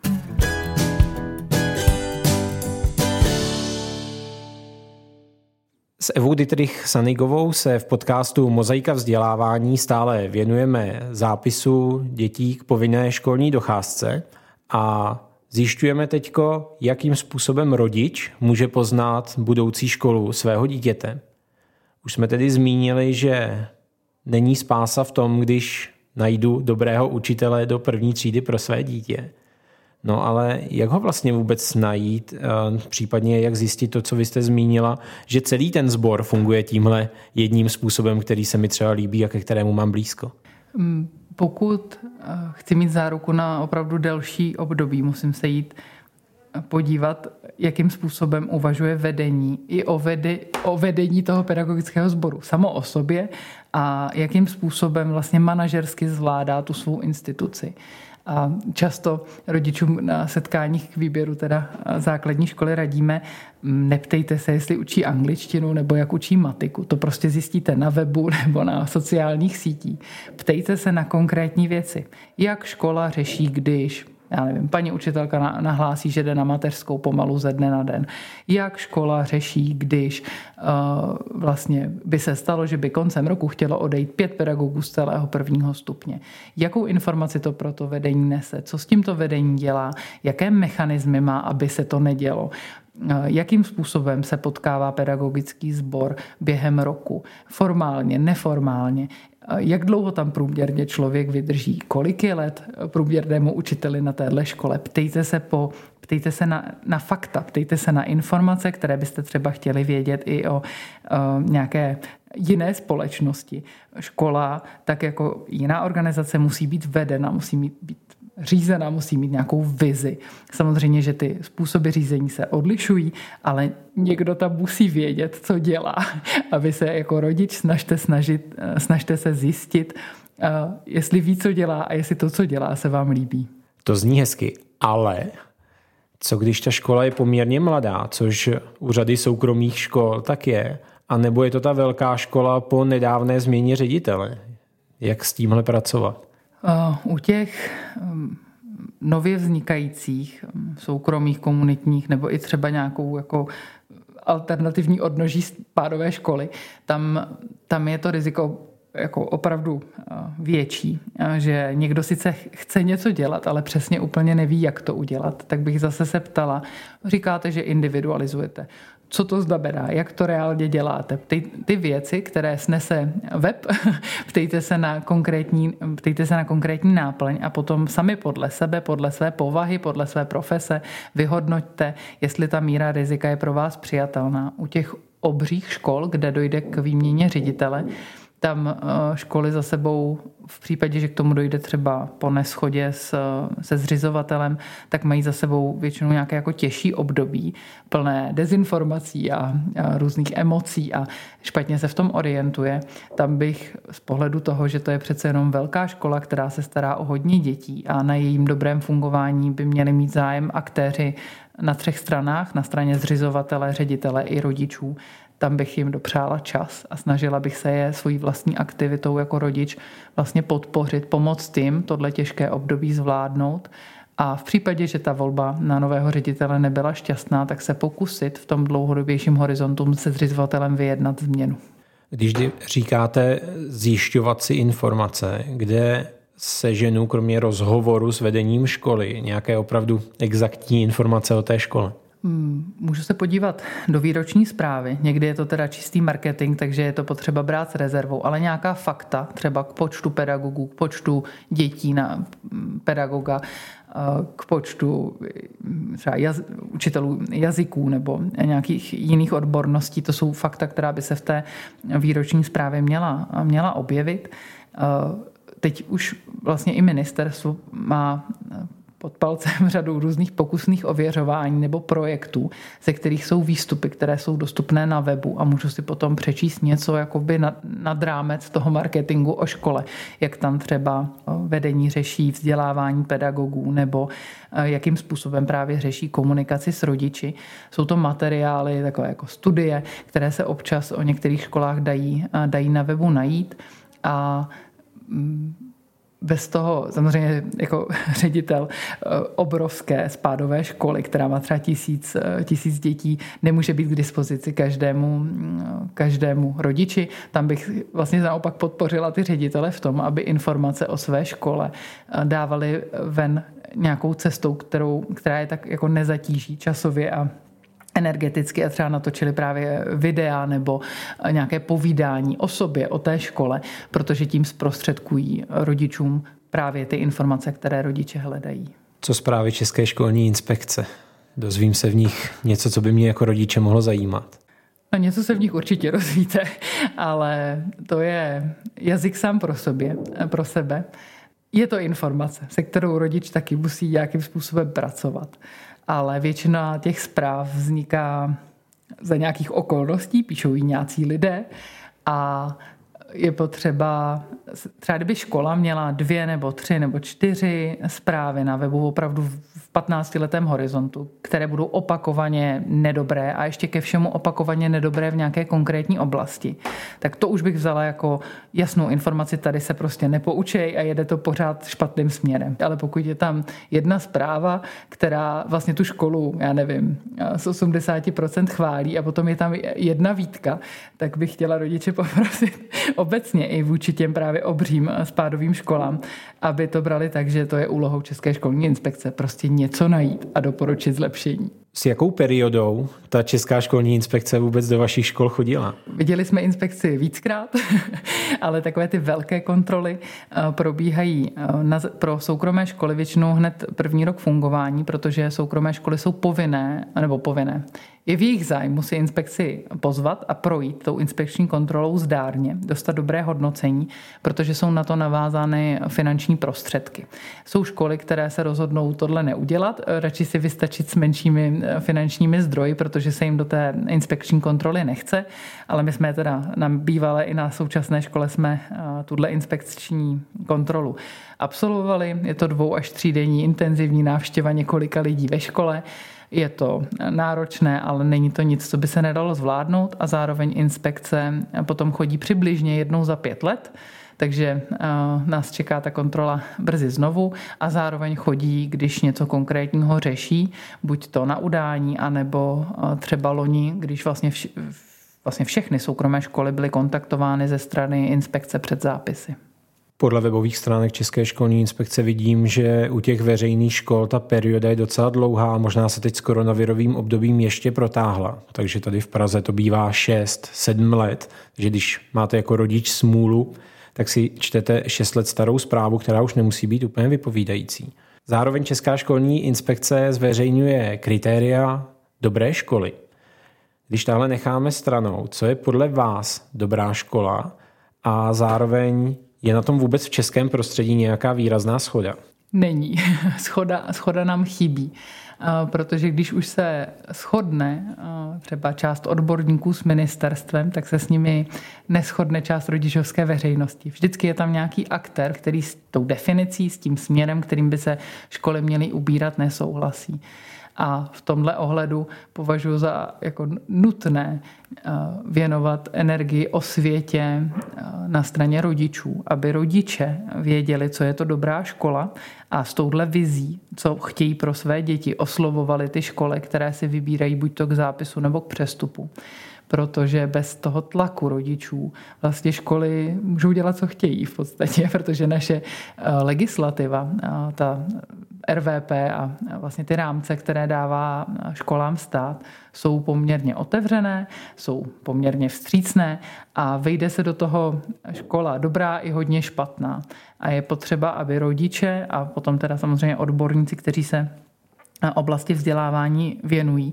S Evou Dittrich-Sanigovou se v podcastu Mozaika vzdělávání stále věnujeme zápisu dětí k povinné školní docházce a zjišťujeme teďko, jakým způsobem rodič může poznat budoucí školu svého dítěte. Už jsme tedy zmínili, že není spása v tom, když najdu dobrého učitele do první třídy pro své dítě. No ale jak ho vlastně vůbec najít, případně jak zjistit to, co vy jste zmínila, že celý ten sbor funguje tímhle jedním způsobem, který se mi třeba líbí a ke kterému mám blízko? Pokud chci mít záruku na opravdu delší období, musím se jít podívat, jakým způsobem uvažuje vedení i o, vede, o vedení toho pedagogického sboru samo o sobě a jakým způsobem vlastně manažersky zvládá tu svou instituci. A často rodičům na setkáních k výběru teda základní školy radíme, neptejte se, jestli učí angličtinu nebo jak učí matiku. To prostě zjistíte na webu nebo na sociálních sítích. Ptejte se na konkrétní věci. Jak škola řeší, když já nevím, paní učitelka nahlásí, že jde na mateřskou pomalu ze dne na den. Jak škola řeší, když uh, vlastně by se stalo, že by koncem roku chtělo odejít pět pedagogů z celého prvního stupně. Jakou informaci to pro to vedení nese? Co s tímto vedení dělá? Jaké mechanismy má, aby se to nedělo? Jakým způsobem se potkává pedagogický sbor během roku? Formálně, neformálně? Jak dlouho tam průměrně člověk vydrží? Kolik je let průměrnému učiteli na téhle škole? Ptejte se, po, ptejte se na, na fakta, ptejte se na informace, které byste třeba chtěli vědět i o uh, nějaké jiné společnosti. Škola, tak jako jiná organizace, musí být vedena, musí mít, být řízena, musí mít nějakou vizi. Samozřejmě, že ty způsoby řízení se odlišují, ale někdo tam musí vědět, co dělá. A vy se jako rodič snažte, snažit, snažte se zjistit, jestli ví, co dělá a jestli to, co dělá, se vám líbí. To zní hezky, ale co když ta škola je poměrně mladá, což u řady soukromých škol tak je, a nebo je to ta velká škola po nedávné změně ředitele? Jak s tímhle pracovat? U těch nově vznikajících soukromých, komunitních nebo i třeba nějakou jako alternativní odnoží spádové školy, tam, tam je to riziko jako opravdu větší, že někdo sice chce něco dělat, ale přesně úplně neví, jak to udělat. Tak bych zase se ptala, říkáte, že individualizujete. Co to znamená, jak to reálně děláte. Ty, ty věci, které snese web, ptejte se na konkrétní, ptejte se na konkrétní náplň a potom sami podle sebe, podle své povahy, podle své profese vyhodnoťte, jestli ta míra rizika je pro vás přijatelná. U těch obřích škol, kde dojde k výměně ředitele, tam školy za sebou, v případě, že k tomu dojde třeba po neschodě s, se zřizovatelem, tak mají za sebou většinou nějaké jako těžší období, plné dezinformací a, a různých emocí a špatně se v tom orientuje. Tam bych z pohledu toho, že to je přece jenom velká škola, která se stará o hodně dětí a na jejím dobrém fungování by měli mít zájem aktéři na třech stranách, na straně zřizovatele, ředitele i rodičů. Tam bych jim dopřála čas a snažila bych se je svojí vlastní aktivitou jako rodič vlastně podpořit, pomoct jim tohle těžké období zvládnout. A v případě, že ta volba na nového ředitele nebyla šťastná, tak se pokusit v tom dlouhodobějším horizontu se zřizovatelem vyjednat změnu. Když říkáte zjišťovat si informace, kde seženu kromě rozhovoru s vedením školy nějaké opravdu exaktní informace o té škole? Můžu se podívat do výroční zprávy. Někdy je to teda čistý marketing, takže je to potřeba brát s rezervou, ale nějaká fakta, třeba k počtu pedagogů, k počtu dětí na pedagoga, k počtu třeba jaz, učitelů jazyků nebo nějakých jiných odborností, to jsou fakta, která by se v té výroční zprávě měla, měla objevit. Teď už vlastně i ministerstvo má pod palcem řadu různých pokusných ověřování nebo projektů, ze kterých jsou výstupy, které jsou dostupné na webu a můžu si potom přečíst něco jakoby nad, nad rámec toho marketingu o škole, jak tam třeba vedení řeší vzdělávání pedagogů nebo jakým způsobem právě řeší komunikaci s rodiči. Jsou to materiály, takové jako studie, které se občas o některých školách dají, dají na webu najít a bez toho, samozřejmě jako ředitel obrovské spádové školy, která má třeba tisíc, tisíc dětí, nemůže být k dispozici každému, každému rodiči. Tam bych vlastně naopak podpořila ty ředitele v tom, aby informace o své škole dávali ven nějakou cestou, kterou, která je tak jako nezatíží časově a energeticky a třeba natočili právě videa nebo nějaké povídání o sobě, o té škole, protože tím zprostředkují rodičům právě ty informace, které rodiče hledají. Co zprávy České školní inspekce? Dozvím se v nich něco, co by mě jako rodiče mohlo zajímat. No něco se v nich určitě rozvíte, ale to je jazyk sám pro sobě, pro sebe. Je to informace, se kterou rodič taky musí nějakým způsobem pracovat. Ale většina těch zpráv vzniká za nějakých okolností, píšou jí nějací lidé a je potřeba, třeba kdyby škola měla dvě nebo tři nebo čtyři zprávy na webu opravdu v patnáctiletém horizontu, které budou opakovaně nedobré a ještě ke všemu opakovaně nedobré v nějaké konkrétní oblasti, tak to už bych vzala jako jasnou informaci, tady se prostě nepoučej a jede to pořád špatným směrem. Ale pokud je tam jedna zpráva, která vlastně tu školu, já nevím, z osmdesát procent chválí a potom je tam jedna výtka, tak bych chtěla rodiče poprosit obecně i vůči těm právě obřím spádovým školám, aby to brali tak, že to je úlohou České školní inspekce prostě něco najít a doporučit zlepšení. S jakou periodou ta Česká školní inspekce vůbec do vašich škol chodila? Viděli jsme inspekci víckrát, ale takové ty velké kontroly probíhají na, pro soukromé školy většinou hned první rok fungování, protože soukromé školy jsou povinné, nebo povinné. Je v jejich zájmu si inspekci pozvat a projít tou inspekční kontrolou zdárně, dostat dobré hodnocení, protože jsou na to navázány finanční prostředky. Jsou školy, které se rozhodnou tohle neudělat, radši si vystačit s menšími finančními zdroji, protože se jim do té inspekční kontroly nechce, ale my jsme teda na bývalé i na současné škole jsme tuhle inspekční kontrolu absolvovali. Je to dvou až třídenní intenzivní návštěva několika lidí ve škole. Je to náročné, ale není to nic, co by se nedalo zvládnout a zároveň inspekce potom chodí přibližně jednou za pět let, takže nás čeká ta kontrola brzy znovu a zároveň chodí, když něco konkrétního řeší, buď to na udání, anebo třeba loni, když vlastně, vš- vlastně všechny soukromé školy byly kontaktovány ze strany inspekce před zápisy. Podle webových stránek České školní inspekce vidím, že u těch veřejných škol ta perioda je docela dlouhá a možná se teď s koronavirovým obdobím ještě protáhla. Takže tady v Praze to bývá šest sedm let, že když máte jako rodič smůlu, tak si čtete šest let starou zprávu, která už nemusí být úplně vypovídající. Zároveň Česká školní inspekce zveřejňuje kritéria dobré školy. Když tahle necháme stranou, co je podle vás dobrá škola a zároveň je na tom vůbec v českém prostředí nějaká výrazná shoda? Není. Schoda, schoda nám chybí. Protože když už se shodne třeba část odborníků s ministerstvem, tak se s nimi neshodne část rodičovské veřejnosti. Vždycky je tam nějaký aktér, který s tou definicí, s tím směrem, kterým by se školy měly ubírat, nesouhlasí. A v tomhle ohledu považuji za jako nutné věnovat energii osvětě na straně rodičů, aby rodiče věděli, co je to dobrá škola a s touhle vizí, co chtějí pro své děti, oslovovali ty školy, které si vybírají buď to k zápisu nebo k přestupu. Protože bez toho tlaku rodičů vlastně školy můžou dělat, co chtějí v podstatě, protože naše legislativa, ta R V P a vlastně ty rámce, které dává školám stát, jsou poměrně otevřené, jsou poměrně vstřícné a vejde se do toho škola dobrá i hodně špatná. A je potřeba, aby rodiče a potom teda samozřejmě odborníci, kteří se oblasti vzdělávání věnují,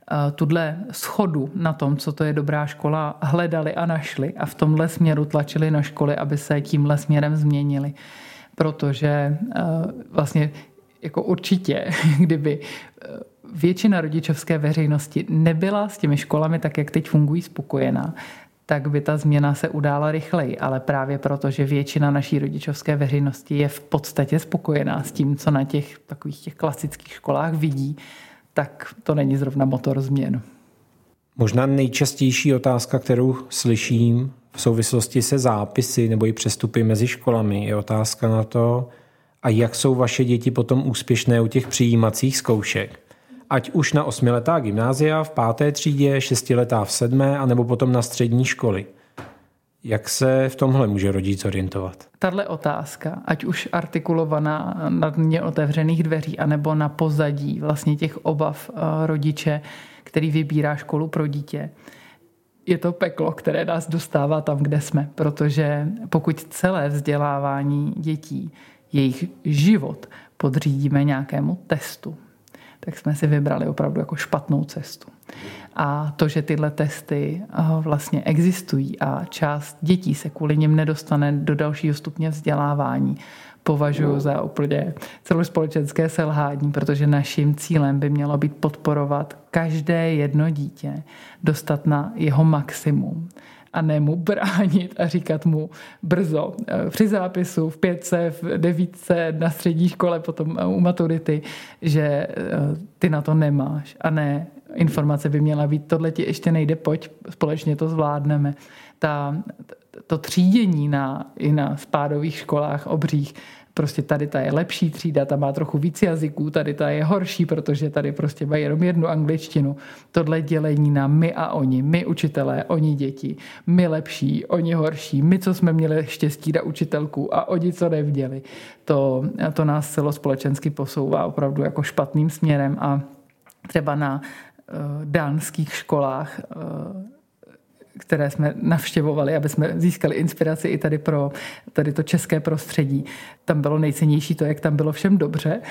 tudle schodu na tom, co to je dobrá škola, hledali a našli a v tomhle směru tlačili na školy, aby se tímhle směrem změnili. Protože vlastně jako určitě, kdyby většina rodičovské veřejnosti nebyla s těmi školami tak, jak teď fungují, spokojená, tak by ta změna se udála rychleji. Ale právě proto, že většina naší rodičovské veřejnosti je v podstatě spokojená s tím, co na těch takových těch klasických školách vidí, tak to není zrovna motor změn. Možná nejčastější otázka, kterou slyším v souvislosti se zápisy nebo i přestupy mezi školami, je otázka na to, a jak jsou vaše děti potom úspěšné u těch přijímacích zkoušek. Ať už na osmiletá gymnázia, v páté třídě, šestiletá v sedmé, anebo potom na střední školy. Jak se v tomhle může rodič orientovat? Tahle otázka, ať už artikulovaná na dně otevřených dveří, anebo na pozadí vlastně těch obav rodiče, který vybírá školu pro dítě, je to peklo, které nás dostává tam, kde jsme. Protože pokud celé vzdělávání dětí, jejich život podřídíme nějakému testu, tak jsme si vybrali opravdu jako špatnou cestu. A to, že tyhle testy vlastně existují a část dětí se kvůli nim nedostane do dalšího stupně vzdělávání, považuji za úplně celospolečenské selhání, protože naším cílem by mělo být podporovat každé jedno dítě, dostat na jeho maximum a ne mu bránit a říkat mu brzo při zápisu, v pětce, v devítce, na střední škole, potom u maturity, že ty na to nemáš. A ne, informace by měla být, tohle ti ještě nejde, pojď, společně to zvládneme. Ta, to třídění na, i na spádových školách obřích, prostě tady ta je lepší třída, ta má trochu víc jazyků, tady ta je horší, protože tady prostě mají jenom jednu angličtinu. Tohle dělení na my a oni, my učitelé, oni děti, my lepší, oni horší, my, co jsme měli štěstí na učitelku a oni, co neměli. To, to nás celospolečensky posouvá opravdu jako špatným směrem a třeba na uh, dánských školách uh, které jsme navštěvovali, aby jsme získali inspiraci i tady pro tady to české prostředí. Tam bylo nejcennější to, jak tam bylo všem dobře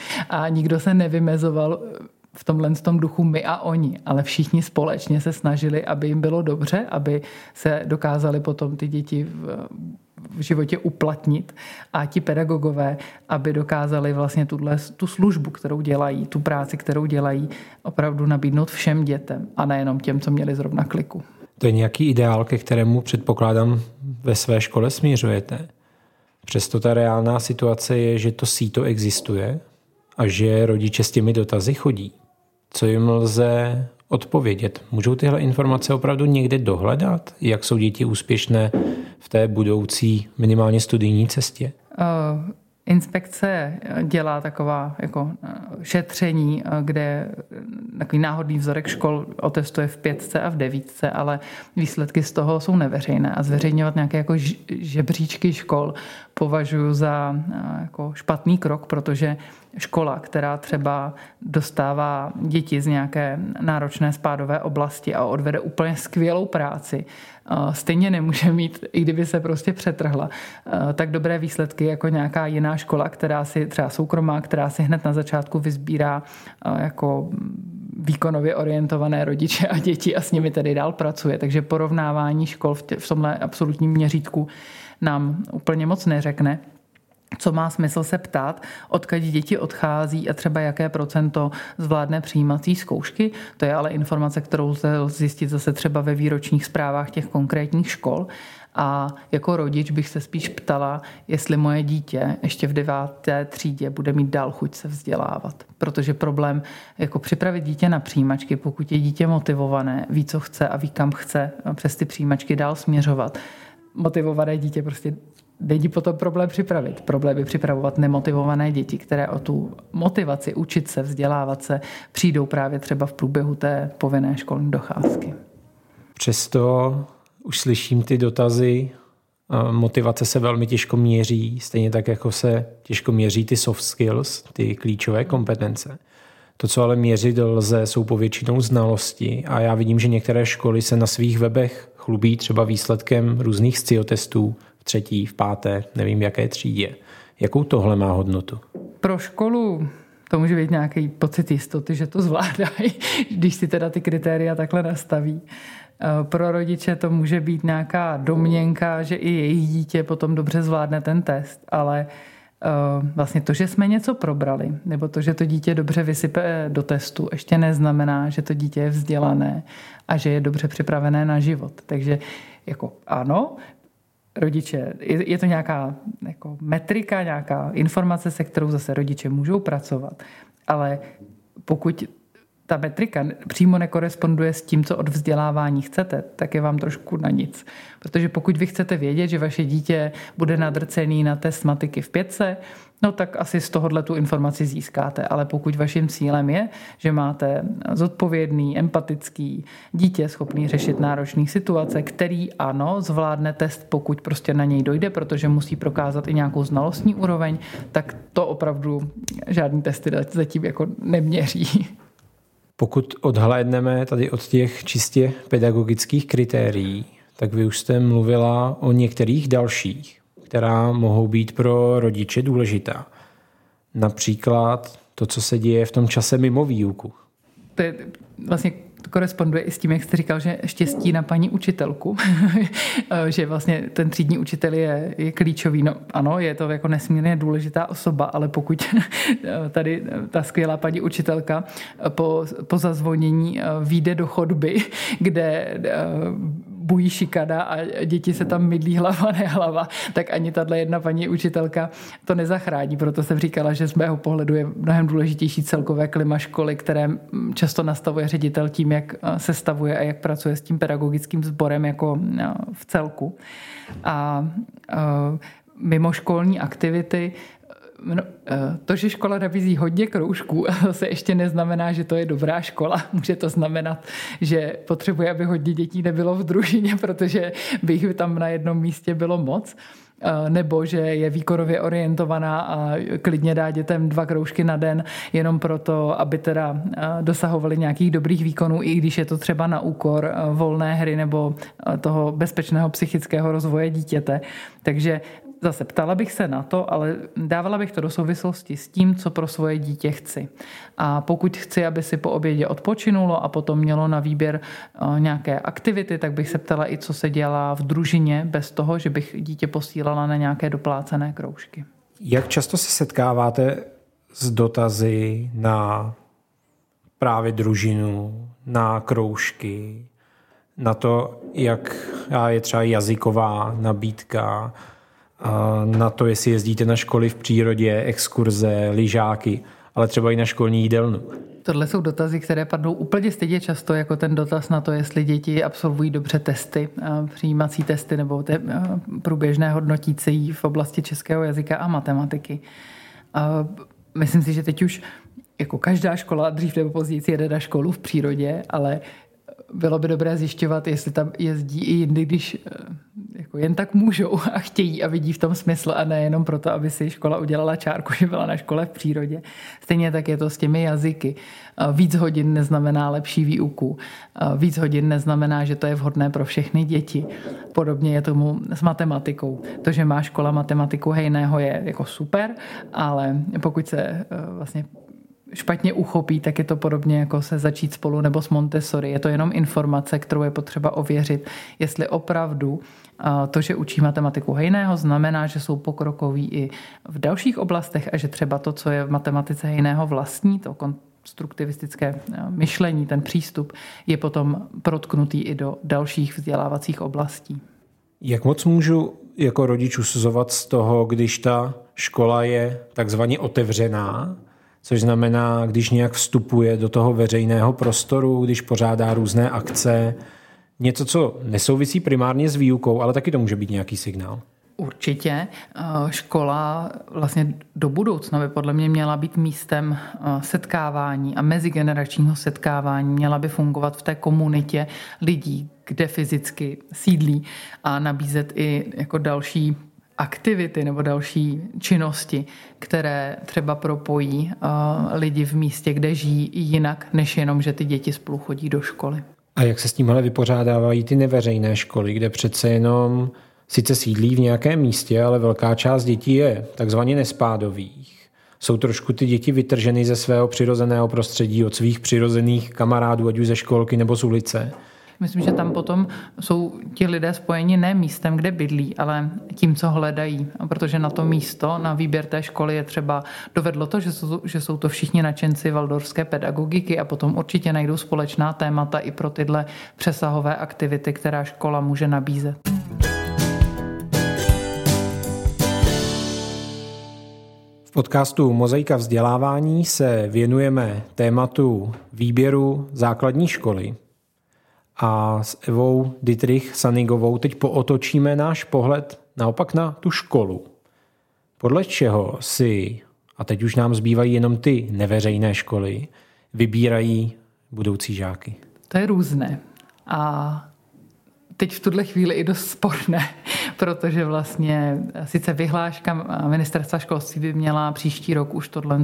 a nikdo se nevymezoval v tomhle tom duchu my a oni, ale všichni společně se snažili, aby jim bylo dobře, aby se dokázali potom ty děti v, v životě uplatnit a ti pedagogové, aby dokázali vlastně tuhle, tu službu, kterou dělají, tu práci, kterou dělají, opravdu nabídnout všem dětem a nejenom těm, co měli zrovna kliku. To je nějaký ideál, ke kterému předpokládám ve své škole směřujete. Přesto ta reálná situace je, že to síto existuje a že rodiče s těmi dotazy chodí. Co jim lze odpovědět? Můžou tyhle informace opravdu někde dohledat? Jak jsou děti úspěšné v té budoucí minimálně studijní cestě? Uh... Inspekce dělá taková jako šetření, kde takový náhodný vzorek škol otestuje v pětce a v devítce, ale výsledky z toho jsou neveřejné a zveřejňovat nějaké jako žebříčky škol považuji za jako špatný krok, protože škola, která třeba dostává děti z nějaké náročné spádové oblasti a odvede úplně skvělou práci, stejně nemůže mít, i kdyby se prostě přetrhla, tak dobré výsledky jako nějaká jiná škola, která si třeba soukromá, která si hned na začátku vyzbírá jako výkonově orientované rodiče a děti a s nimi tedy dál pracuje. Takže porovnávání škol v, tě, v tomhle absolutním měřítku nám úplně moc neřekne. Co má smysl se ptát, odkud děti odchází a třeba jaké procento zvládne přijímací zkoušky. To je ale informace, kterou lze zjistit zase třeba ve výročních zprávách těch konkrétních škol. A jako rodič bych se spíš ptala, jestli moje dítě ještě v deváté třídě bude mít dál chuť se vzdělávat. Protože problém jako připravit dítě na přijímačky, pokud je dítě motivované, ví, co chce a ví, kam chce přes ty přijímačky dál směřovat. Motivované dítě prostě není potom problém připravit. Problém je připravovat nemotivované děti, které o tu motivaci učit se, vzdělávat se, přijdou právě třeba v průběhu té povinné školní docházky. Přesto už slyším ty dotazy, motivace se velmi těžko měří, stejně tak, jako se těžko měří ty soft skills, ty klíčové kompetence. To, co ale měřit lze, jsou povětšinou znalosti a já vidím, že některé školy se na svých webech chlubí třeba výsledkem různých sciotestů v třetí, v páté, nevím, jaké třídě. Jakou tohle má hodnotu? Pro školu to může být nějaký pocit jistoty, že to zvládají, když si teda ty kritéria takhle nastaví. Pro rodiče to může být nějaká domněnka, že i jejich dítě potom dobře zvládne ten test, ale vlastně to, že jsme něco probrali, nebo to, že to dítě dobře vysype do testu, ještě neznamená, že to dítě je vzdělané a že je dobře připravené na život. Takže jako ano, rodiče, je, je to nějaká jako metrika, nějaká informace, se kterou zase rodiče můžou pracovat, ale pokud ta metrika přímo nekoresponduje s tím, co od vzdělávání chcete, tak je vám trošku na nic. Protože pokud vy chcete vědět, že vaše dítě bude nadrcený na test matiky v pětce, no tak asi z tohohle tu informaci získáte. Ale pokud vaším cílem je, že máte zodpovědný, empatický dítě, schopný řešit náročné situace, který ano, zvládne test, pokud prostě na něj dojde, protože musí prokázat i nějakou znalostní úroveň, tak to opravdu žádný testy zatím jako neměří. Pokud odhlédneme tady od těch čistě pedagogických kritérií, tak vy už jste mluvila o některých dalších, která mohou být pro rodiče důležitá. Například to, co se děje v tom čase mimo výuku. To je vlastně to koresponduje i s tím, jak jste říkal, že štěstí na paní učitelku, že vlastně ten třídní učitel je, je klíčový. No ano, je to jako nesmírně důležitá osoba, ale pokud tady ta skvělá paní učitelka po, po zazvonění vyjde do chodby, kde bují šikana a děti se tam mydlí hlava, ne hlava, tak ani tahle jedna paní učitelka to nezachrání. Proto jsem říkala, že z mého pohledu je mnohem důležitější celkové klima školy, které často nastavuje ředitel tím, jak se stavuje a jak pracuje s tím pedagogickým sborem jako v celku. A mimoškolní aktivity, no, to, že škola nabízí hodně kroužků, se ještě neznamená, že to je dobrá škola. Může to znamenat, že potřebuje, aby hodně dětí nebylo v družině, protože by jich tam na jednom místě bylo moc. Nebo že je výkonově orientovaná a klidně dá dětem dva kroužky na den jenom proto, aby teda dosahovali nějakých dobrých výkonů, i když je to třeba na úkor volné hry nebo toho bezpečného psychického rozvoje dítěte. Takže zase ptala bych se na to, ale dávala bych to do souvislosti s tím, co pro svoje dítě chci. A pokud chci, aby si po obědě odpočinulo a potom mělo na výběr nějaké aktivity, tak bych se ptala i, co se dělá v družině bez toho, že bych dítě posílala na nějaké doplácené kroužky. Jak často se setkáváte s dotazy na právě družinu, na kroužky, na to, jak je třeba jazyková nabídka, na to, jestli jezdíte na školy v přírodě, exkurze, lyžáky, ale třeba i na školní jídelnu? Tohle jsou dotazy, které padnou úplně stejně často jako ten dotaz na to, jestli děti absolvují dobře testy, přijímací testy nebo te, průběžné hodnotící v oblasti českého jazyka a matematiky. A myslím si, že teď už jako každá škola dřív nebo později jede na školu v přírodě, ale bylo by dobré zjišťovat, jestli tam jezdí i jindy, když jako jen tak můžou a chtějí a vidí v tom smysl a nejenom proto, aby si škola udělala čárku, že byla na škole v přírodě. Stejně tak je to s těmi jazyky. Víc hodin neznamená lepší výuku. Víc hodin neznamená, že to je vhodné pro všechny děti. Podobně je tomu s matematikou. To, že má škola matematiku hejného, je jako super, ale pokud se vlastně špatně uchopí, tak je to podobně jako se začít spolu nebo s Montessori. Je to jenom informace, kterou je potřeba ověřit, jestli opravdu to, že učí matematiku hejného, znamená, že jsou pokrokoví i v dalších oblastech a že třeba to, co je v matematice hejného vlastní, to konstruktivistické myšlení, ten přístup, je potom protknutý i do dalších vzdělávacích oblastí. Jak moc můžu jako rodič usuzovat z toho, když ta škola je takzvaně otevřená, což znamená, když nějak vstupuje do toho veřejného prostoru, když pořádá různé akce, něco, co nesouvisí primárně s výukou, ale taky to může být nějaký signál. Určitě. Škola vlastně do budoucna by podle mě měla být místem setkávání a mezigeneračního setkávání. Měla by fungovat v té komunitě lidí, kde fyzicky sídlí a nabízet i jako další aktivity nebo další činnosti, které třeba propojí lidi v místě, kde žijí jinak, než jenom, že ty děti spolu chodí do školy. A jak se s tímhle vypořádávají ty neveřejné školy, kde přece jenom sice sídlí v nějakém místě, ale velká část dětí je takzvaně nespádových. Jsou trošku ty děti vytrženy ze svého přirozeného prostředí, od svých přirozených kamarádů, ať už ze školky nebo z ulice. Myslím, že tam potom jsou ti lidé spojeni ne místem, kde bydlí, ale tím, co hledají. Protože na to místo, na výběr té školy je třeba dovedlo to, že jsou, že jsou to všichni nadšenci waldorfské pedagogiky a potom určitě najdou společná témata i pro tyhle přesahové aktivity, která škola může nabízet. V podcastu Mozaika vzdělávání se věnujeme tématu výběru základní školy a s Evou Dittrich Sanigovou teď pootočíme náš pohled naopak na tu školu. Podle čeho si, a teď už nám zbývají jenom ty neveřejné školy, vybírají budoucí žáky? To je různé. A teď v tuhle chvíli i dost sporné, protože vlastně sice vyhláška ministerstva školství by měla příští rok už tohle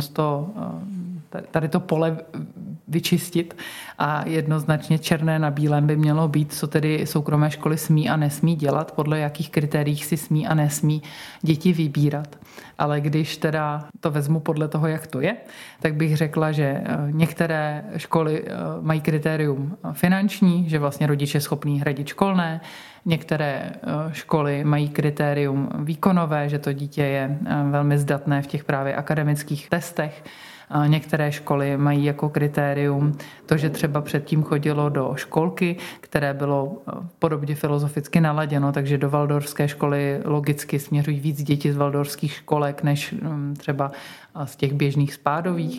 tady to pole vyčistit a jednoznačně černé na bílém by mělo být, co tedy soukromé školy smí a nesmí dělat, podle jakých kritériích si smí a nesmí děti vybírat. Ale když teda to vezmu podle toho, jak to je, tak bych řekla, že některé školy mají kritérium finanční, že vlastně rodič je schopný hradit školné, některé školy mají kritérium výkonové, že to dítě je velmi zdatné v těch právě akademických testech. Některé školy mají jako kritérium to, že třeba předtím chodilo do školky, které bylo podobně filozoficky naladěno, takže do waldorfské školy logicky směřují víc děti z waldorfských školek než třeba z těch běžných spádových.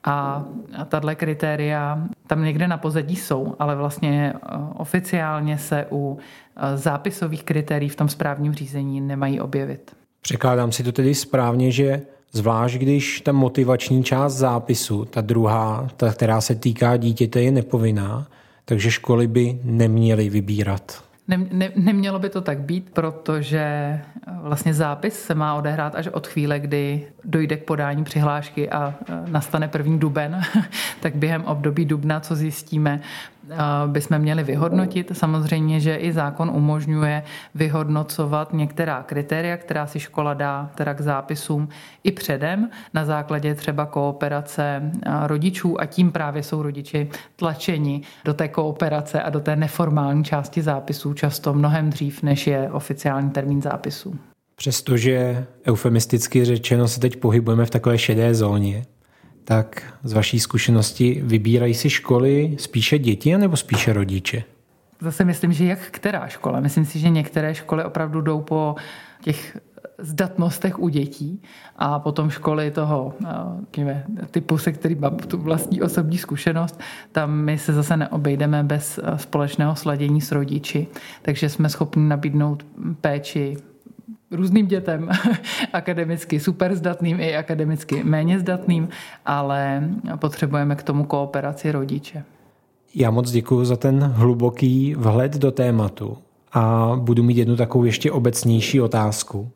A tato kritéria tam někde na pozadí jsou, ale vlastně oficiálně se u zápisových kritérií v tom správním řízení nemají objevit. Překládám si to tedy správně, že zvlášť když ta motivační část zápisu, ta druhá, ta, která se týká dítěte, je nepovinná, takže školy by neměly vybírat. Ne, ne, nemělo by to tak být, protože vlastně zápis se má odehrát až od chvíle, kdy dojde k podání přihlášky a nastane první duben, tak během období dubna, co zjistíme, bychom měli vyhodnotit. Samozřejmě, že i zákon umožňuje vyhodnocovat některá kritéria, která si škola dá teda k zápisům i předem na základě třeba kooperace rodičů a tím právě jsou rodiči tlačeni do té kooperace a do té neformální části zápisů často mnohem dřív, než je oficiální termín zápisu. Přestože eufemisticky řečeno se teď pohybujeme v takové šedé zóně, tak z vaší zkušenosti vybírají si školy spíše děti nebo spíše rodiče? Zase myslím, že jak která škola. Myslím si, že některé školy opravdu jdou po těch zdatnostech u dětí a potom školy toho kýve, typu, se který mám tu vlastní osobní zkušenost, tam my se zase neobejdeme bez společného sladění s rodiči. Takže jsme schopni nabídnout péči různým dětem, akademicky super zdatným i akademicky méně zdatným, ale potřebujeme k tomu kooperaci rodiče. Já moc děkuji za ten hluboký vhled do tématu a budu mít jednu takovou ještě obecnější otázku.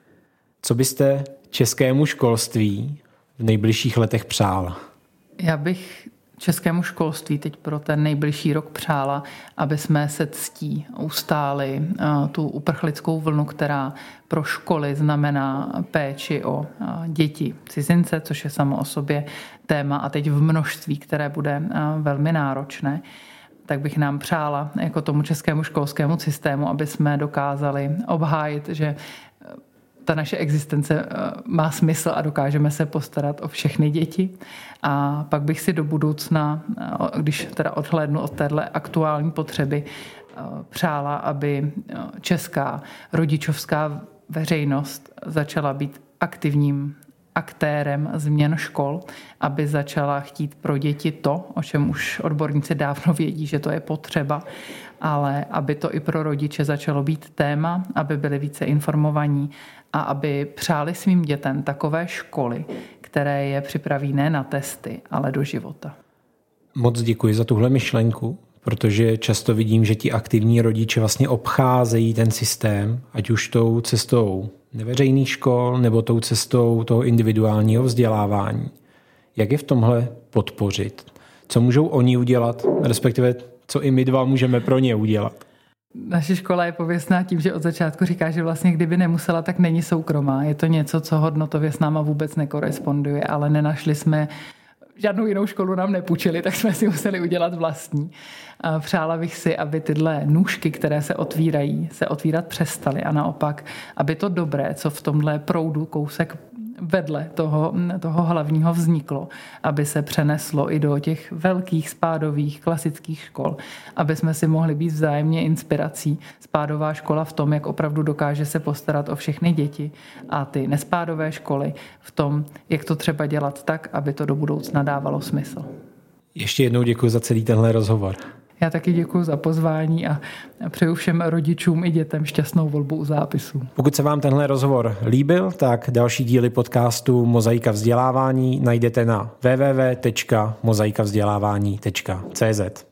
Co byste českému školství v nejbližších letech přál? Já bych českému školství teď pro ten nejbližší rok přála, aby jsme se ctí ustáli tu uprchlickou vlnu, která pro školy znamená péči o děti cizince, což je samo o sobě téma a teď v množství, které bude velmi náročné. Tak bych nám přála jako tomu českému školskému systému, aby jsme dokázali obhájit, že ta naše existence má smysl a dokážeme se postarat o všechny děti. A pak bych si do budoucna, když teda odhlédnu od téhle aktuální potřeby, přála, aby česká rodičovská veřejnost začala být aktivním aktérem změn škol, aby začala chtít pro děti to, o čem už odborníci dávno vědí, že to je potřeba, ale aby to i pro rodiče začalo být téma, aby byli více informovaní a aby přáli svým dětem takové školy, které je připraví ne na testy, ale do života. Moc děkuji za tuhle myšlenku, protože často vidím, že ti aktivní rodiče vlastně obcházejí ten systém, ať už tou cestou neveřejných škol nebo tou cestou toho individuálního vzdělávání. Jak je v tomhle podpořit? Co můžou oni udělat, respektive co i my dva můžeme pro ně udělat? Naše škola je pověstná tím, že od začátku říká, že vlastně kdyby nemusela, tak není soukromá. Je to něco, co hodnotově s náma vůbec nekoresponduje, ale nenašli jsme žádnou jinou školu nám nepůjčili, tak jsme si museli udělat vlastní. Přála bych si, aby tyhle nůžky, které se otvírají, se otvírat přestaly a naopak, aby to dobré, co v tomhle proudu kousek vedle toho, toho hlavního vzniklo, aby se přeneslo i do těch velkých spádových klasických škol, aby jsme si mohli být vzájemně inspirací. Spádová škola v tom, jak opravdu dokáže se postarat o všechny děti a ty nespádové školy v tom, jak to třeba dělat tak, aby to do budoucna dávalo smysl. Ještě jednou děkuji za celý tenhle rozhovor. Já taky děkuji za pozvání a přeju všem rodičům i dětem šťastnou volbu u zápisů. Pokud se vám tenhle rozhovor líbil, tak další díly podcastu Mozaika vzdělávání najdete na w w w tečka mozaika vzdělávání tečka c z.